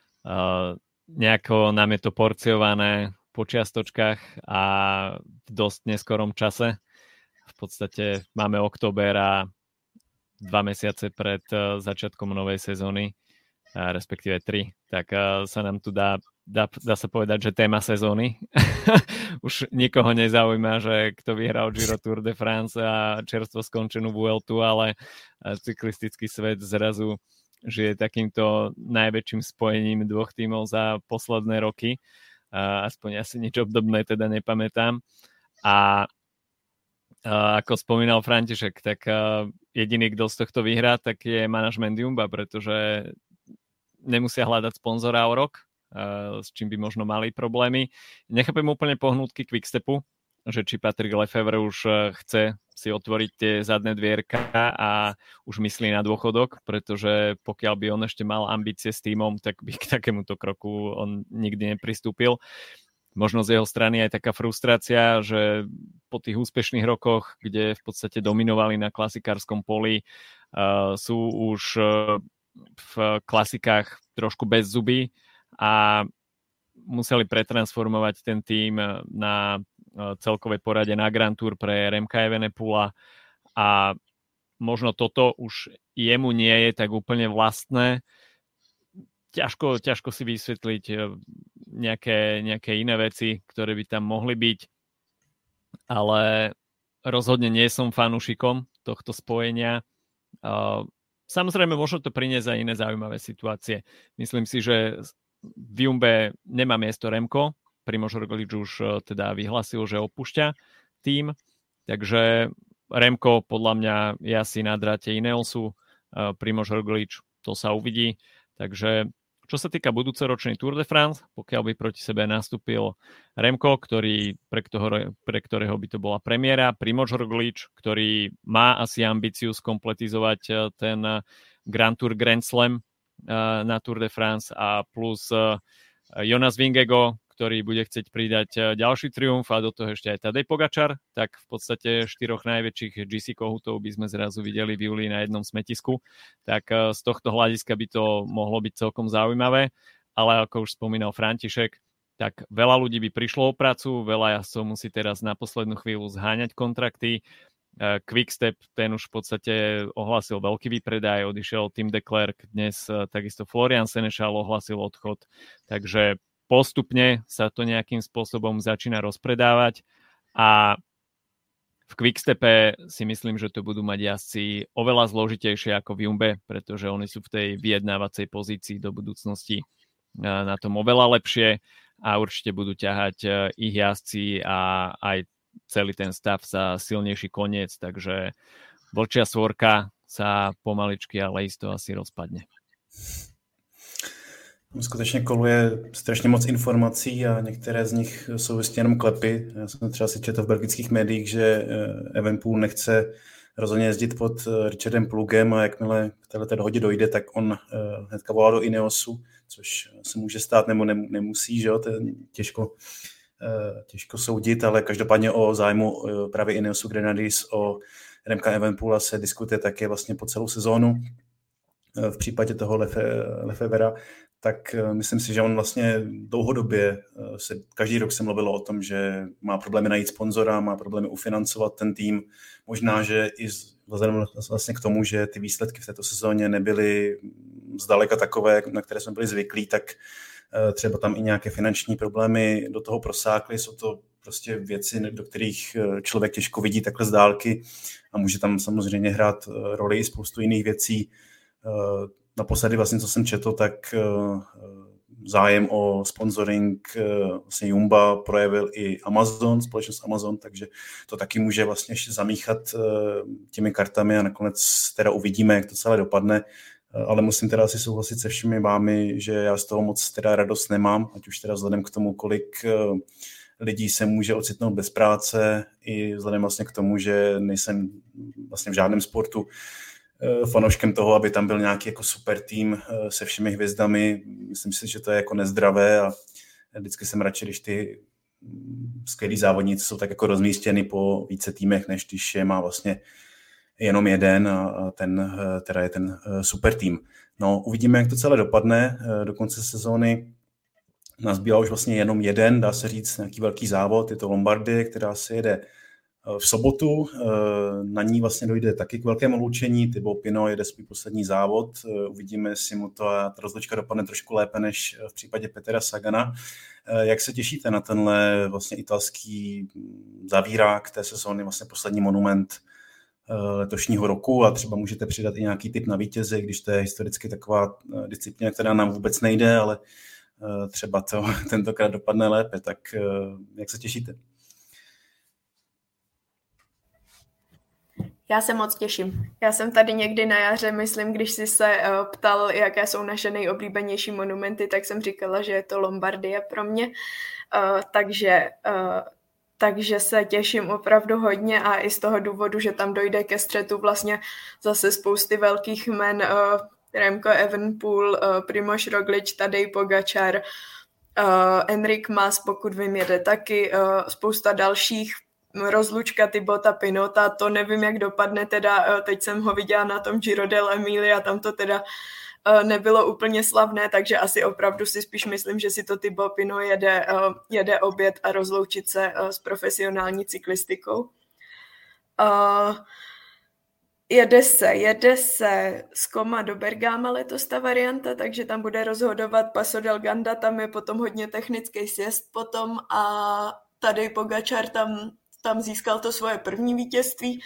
Speaker 7: nejako nám je to porciované po čiastočkách a v dosť neskorom čase. V podstate máme október a 2 mesiace pred začiatkom novej sezóny, respektíve 3, tak sa nám tu dá sa povedať, že téma sezóny. Už nikoho nezaujíma, že kto vyhral Giro Tour de France a čerstvo skončenú Vueltu, ale cyklistický svet zrazu žije takýmto najväčším spojením 2 tímov za posledné roky. Aspoň asi nič obdobné teda nepamätám. A ako spomínal František, tak jediný, kto z tohto vyhrá, tak je manažment Jumba, pretože nemusia hľadať sponzora o rok, s čím by možno mali problémy. Nechápem úplne pohnutky Quickstepu, že či Patrick Lefevre už chce si otvoriť tie zadné dvierka a už myslí na dôchodok, pretože pokiaľ by on ešte mal ambície s tímom, tak by k takémuto kroku on nikdy nepristúpil. Možno z jeho strany aj taká frustrácia, že po tých úspešných rokoch, kde v podstate dominovali na klasikárskom poli, sú už v klasikách trošku bez zuby a museli pretransformovať ten tím na celkovej porade na Grand Tour pre Remka Evenepoela a možno toto už jemu nie je tak úplne vlastné. Ťažko si vysvetliť nejaké iné veci, ktoré by tam mohli byť, ale rozhodne nie som fanúšikom tohto spojenia. Samozrejme, možno to priniesť aj iné zaujímavé situácie. Myslím si, že v Jumbe nemá miesto Remko, Primož Roglič už teda vyhlasil, že opúšťa tým, takže Remko podľa mňa je asi na dráte Ineosu, Primož Roglič, to sa uvidí. Takže čo sa týka budúcoročnej Tour de France, pokiaľ by proti sebe nastúpil Remko, pre ktorého by to bola premiéra, Primož Roglič, ktorý má asi ambíciu skompletizovať ten Grand Tour Grand Slam na Tour de France a plus Jonas Vingegaard, ktorý bude chcieť pridať ďalší triumf a do toho ešte aj Tadej Pogačar, tak v podstate 4 najväčších GC kohutov by sme zrazu videli v júli na jednom smetisku. Tak z tohto hľadiska by to mohlo byť celkom zaujímavé, ale ako už spomínal František, tak veľa ľudí by prišlo o prácu, veľa jazdcov musí teraz na poslednú chvíľu zháňať kontrakty. Quickstep, ten už v podstate ohlásil veľký výpredaj, odišiel Tim de Klerk, dnes takisto Florian Sénéchal ohlásil odchod, takže postupne sa to nejakým spôsobom začína rozpredávať a v Quickstepe si myslím, že to budú mať jazdci oveľa zložitejšie ako v Jumbe, pretože oni sú v tej vyjednávacej pozícii do budúcnosti na tom oveľa lepšie. a určite budú ťahať ich jazdci a aj celý ten stav za silnejší koniec, takže vlčia svorka sa pomaličky, ale isto asi rozpadne.
Speaker 5: Skutečně koluje strašně moc informací a některé z nich jsou vlastně jenom klepy. Já jsem třeba si četl v belgických médiích, že Evenepoel nechce rozhodně jezdit pod Richardem Plugem a jakmile k této dohodě dojde, tak on hnedka volá do Ineosu, což se může stát nebo nemusí, že jo? To je těžko soudit, ale každopádně o zájmu právě Ineosu Grenadiers o Remka Evenepoela se diskutuje také vlastně po celou sezónu. V případě toho Lefevera, tak myslím si, že on vlastně dlouhodobě, každý rok se mluvilo o tom, že má problémy najít sponzora, má problémy ufinancovat ten tým. Možná, že i vzhledem vlastně k tomu, že ty výsledky v této sezóně nebyly zdaleka takové, na které jsme byli zvyklí, tak třeba tam i nějaké finanční problémy do toho prosákly. Jsou to prostě věci, do kterých člověk těžko vidí takhle z dálky a může tam samozřejmě hrát roli i spoustu jiných věcí. Naposledy vlastně, co jsem četl, tak zájem o sponsoring vlastně Jumba projevil i Amazon, společnost Amazon, takže to taky může vlastně ještě zamíchat těmi kartami a nakonec teda uvidíme, jak to celé dopadne. Ale musím teda asi souhlasit se všemi vámi, že já z toho moc teda radost nemám, ať už teda vzhledem k tomu, kolik lidí se může ocitnout bez práce, i vzhledem vlastně k tomu, že nejsem vlastně v žádném sportu fanouškem toho, aby tam byl nějaký jako super tým se všemi hvězdami. Myslím si, že to je jako nezdravé a vždycky jsem radši, když ty skvělí závodníci jsou tak jako rozmístěny po více týmech, než když je má vlastně jenom jeden a ten teda je ten super tým. No, uvidíme, jak to celé dopadne. Do konce sezóny nás bývá už vlastně jenom jeden, dá se říct, nějaký velký závod, je to Lombardie, která se jede v sobotu. Na ní vlastně dojde taky k velkému loučení. Thibaut Pinot jede svůj poslední závod. Uvidíme, jestli mu ta rozlučka dopadne trošku lépe než v případě Petera Sagana. Jak se těšíte na tenhle vlastně italský zavírák té sezóny, vlastně poslední monument letošního roku a třeba můžete přidat i nějaký tip na vítěze, když to je historicky taková disciplína, která nám vůbec nejde, ale třeba to tentokrát dopadne lépe. Tak jak se těšíte?
Speaker 8: Já se moc těším. Já jsem tady někdy na jaře, myslím, když jsi se ptal, jaké jsou naše nejoblíbenější monumenty, tak jsem říkala, že je to Lombardie pro mě. Takže se těším opravdu hodně a i z toho důvodu, že tam dojde ke střetu vlastně zase spousty velkých jmen, Remco Evenepoel, Primož Roglič, Tadej Pogačar, Enric Mas, pokud vím, jede taky, spousta dalších, rozlučka Thibauta Pinota, to nevím, jak dopadne, teda teď jsem ho viděla na tom Giro dell'Emilia, tam to teda nebylo úplně slavné, takže asi opravdu si spíš myslím, že si to Thibaut Pinot jede obět a rozloučit se s profesionální cyklistikou. Jede se z Koma do Bergama letos ta varianta, takže tam bude rozhodovat Passo del Ganda, tam je potom hodně technický sjezd potom a Tadej Pogačar tam získal to svoje první vítězství.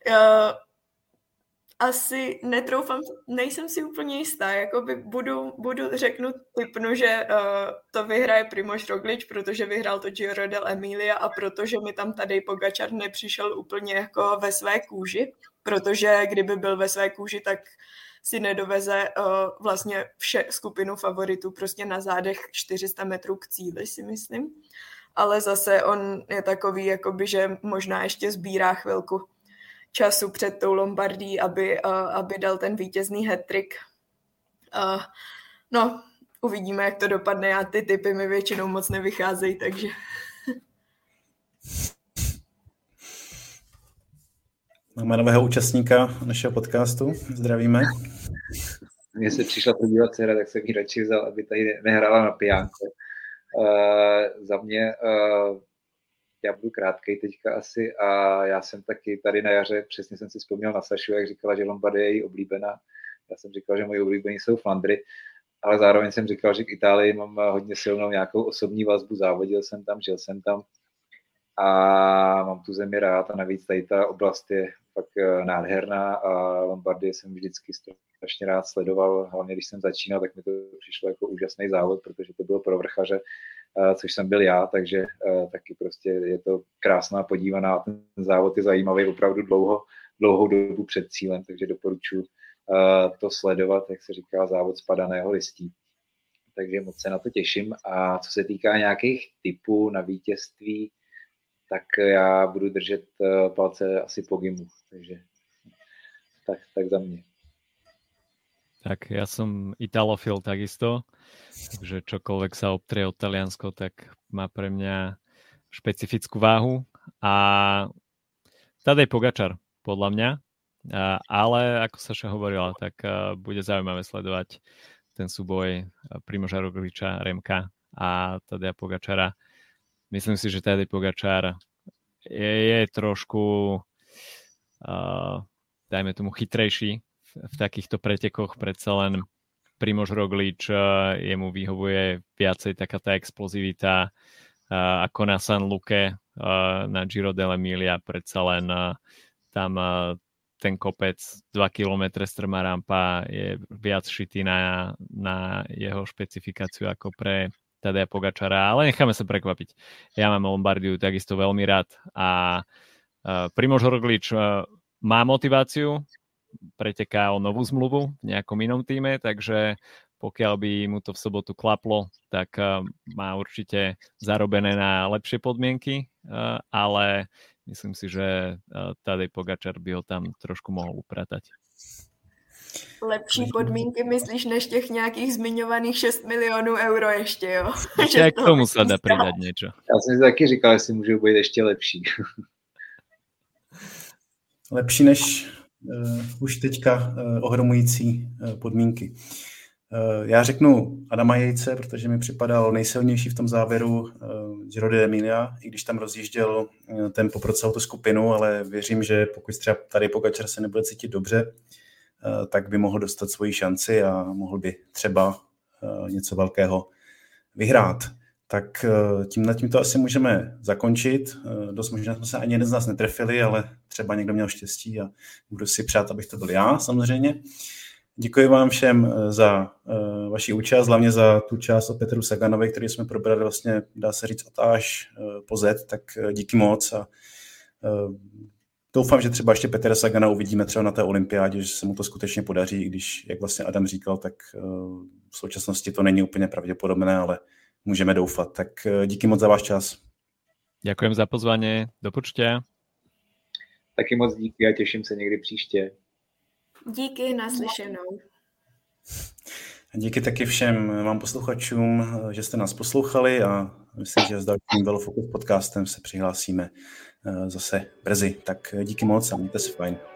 Speaker 8: Asi netroufám, nejsem si úplně jistá, jakoby typnu, že to vyhraje Primož Roglič, protože vyhrál to Giro dell'Emilia a protože mi tam Tadej Pogačar nepřišel úplně jako ve své kůži, protože kdyby byl ve své kůži, tak si nedoveze vlastně skupinu favoritů prostě na zádech 400 metrů k cíli, si myslím. Ale zase on je takový, jakoby, že možná ještě sbírá chvilku času před tou Lombardií, aby dal ten vítězný hat-trick. No, uvidíme, jak to dopadne. Já ty tipy mi většinou moc nevycházejí, takže...
Speaker 5: Máme nového účastníka našeho podcastu. Zdravíme.
Speaker 6: Mně se přišla podívat dcera, tak jsem ji radši vzal, aby tady nehrála na pijánko. Za mě... Já budu krátkej teďka asi a já jsem taky tady na jaře, přesně jsem si vzpomněl na Sašu, jak říkala, že Lombardie je její oblíbená. Já jsem říkal, že moji oblíbení jsou Flandry, ale zároveň jsem říkal, že k Itálii mám hodně silnou nějakou osobní vazbu, závodil jsem tam, žil jsem tam a mám tu zemi rád a navíc tady ta oblast je fakt nádherná a Lombardie jsem vždycky strašně rád sledoval, hlavně když jsem začínal, tak mi to přišlo jako úžasný závod, protože to bylo pro vrchaře což jsem byl já, takže taky prostě je to krásná podívaná, ten závod je zajímavý opravdu dlouhou dobu před cílem, takže doporučuji to sledovat, jak se říká, závod spadaného listí. Takže moc se na to těším. A co se týká nějakých typů na vítězství, tak já budu držet palce asi po Gimu. Takže tak za mě.
Speaker 7: Tak ja som italofil takisto, takže čokoľvek sa obtrie od Taliansko, tak má pre mňa špecifickú váhu. A Tadej Pogačar, podľa mňa. Ale ako Saša hovorila, tak bude zaujímavé sledovať ten súboj Primoža Rogliča, Remka a Tadeja Pogačara. Myslím si, že Tadej Pogačar je trošku dajme tomu chytrejší v takýchto pretekoch. Predsa len Primož Roglič, jemu vyhovuje viacej taká tá explozivita ako na San Luque, na Giro dell'Emilia. Predsa len tam ten kopec 2 km strmá rampa je viac šitý na jeho špecifikáciu ako pre Tadeja Pogačara, ale necháme sa prekvapiť. Ja mám Lombardiu takisto veľmi rád a Primož Roglič má motiváciu, preteká o novú zmluvu v nejakom inom týme, takže pokiaľ by mu to v sobotu klaplo, tak má určite zarobené na lepšie podmienky, ale myslím si, že Tadej Pogačar by ho tam trošku mohol upratať.
Speaker 8: Lepší podmínky myslíš než těch nějakých zmiňovaných 6 milionů euro ještě, jo?
Speaker 7: Ještě k tomu sa dá pridať niečo.
Speaker 6: Já jsem si taky říkal, jestli můžou být ještě lepší.
Speaker 5: Lepší než už teďka ohromující podmínky. Já řeknu Adama Jejce, protože mi připadal nejsilnější v tom závěru Giro d'Emilia, i když tam rozjížděl tempo pro celou tu skupinu, ale věřím, že pokud třeba tady Pogačar se nebude cítit dobře, tak by mohl dostat svoji šanci a mohl by třeba něco velkého vyhrát. Tak tím to asi můžeme zakončit. Dost možná jsme se ani jeden z nás netrefili, ale třeba někdo měl štěstí a budu si přát, abych to byl já samozřejmě. Děkuji vám všem za vaši účast, hlavně za tu část o Petru Saganovi, který jsme probrali vlastně, dá se říct, od A až po Z, tak díky moc a doufám, že třeba ještě Petra Sagana uvidíme třeba na té olympiádě, že se mu to skutečně podaří, i když, jak vlastně Adam říkal, tak v současnosti to není úplně pravděpodobné, ale můžeme doufat. Tak díky moc za váš čas.
Speaker 7: Ďakujem za pozvanie, do počutia.
Speaker 6: Taky moc díky a těším se někdy příště.
Speaker 8: Díky, naslyšenou.
Speaker 5: Díky taky všem vám posluchačům, že jste nás poslouchali a myslím, že s dalším Velofocus podcastem se přihlásíme zase brzy. Tak díky moc a mějte se fajn.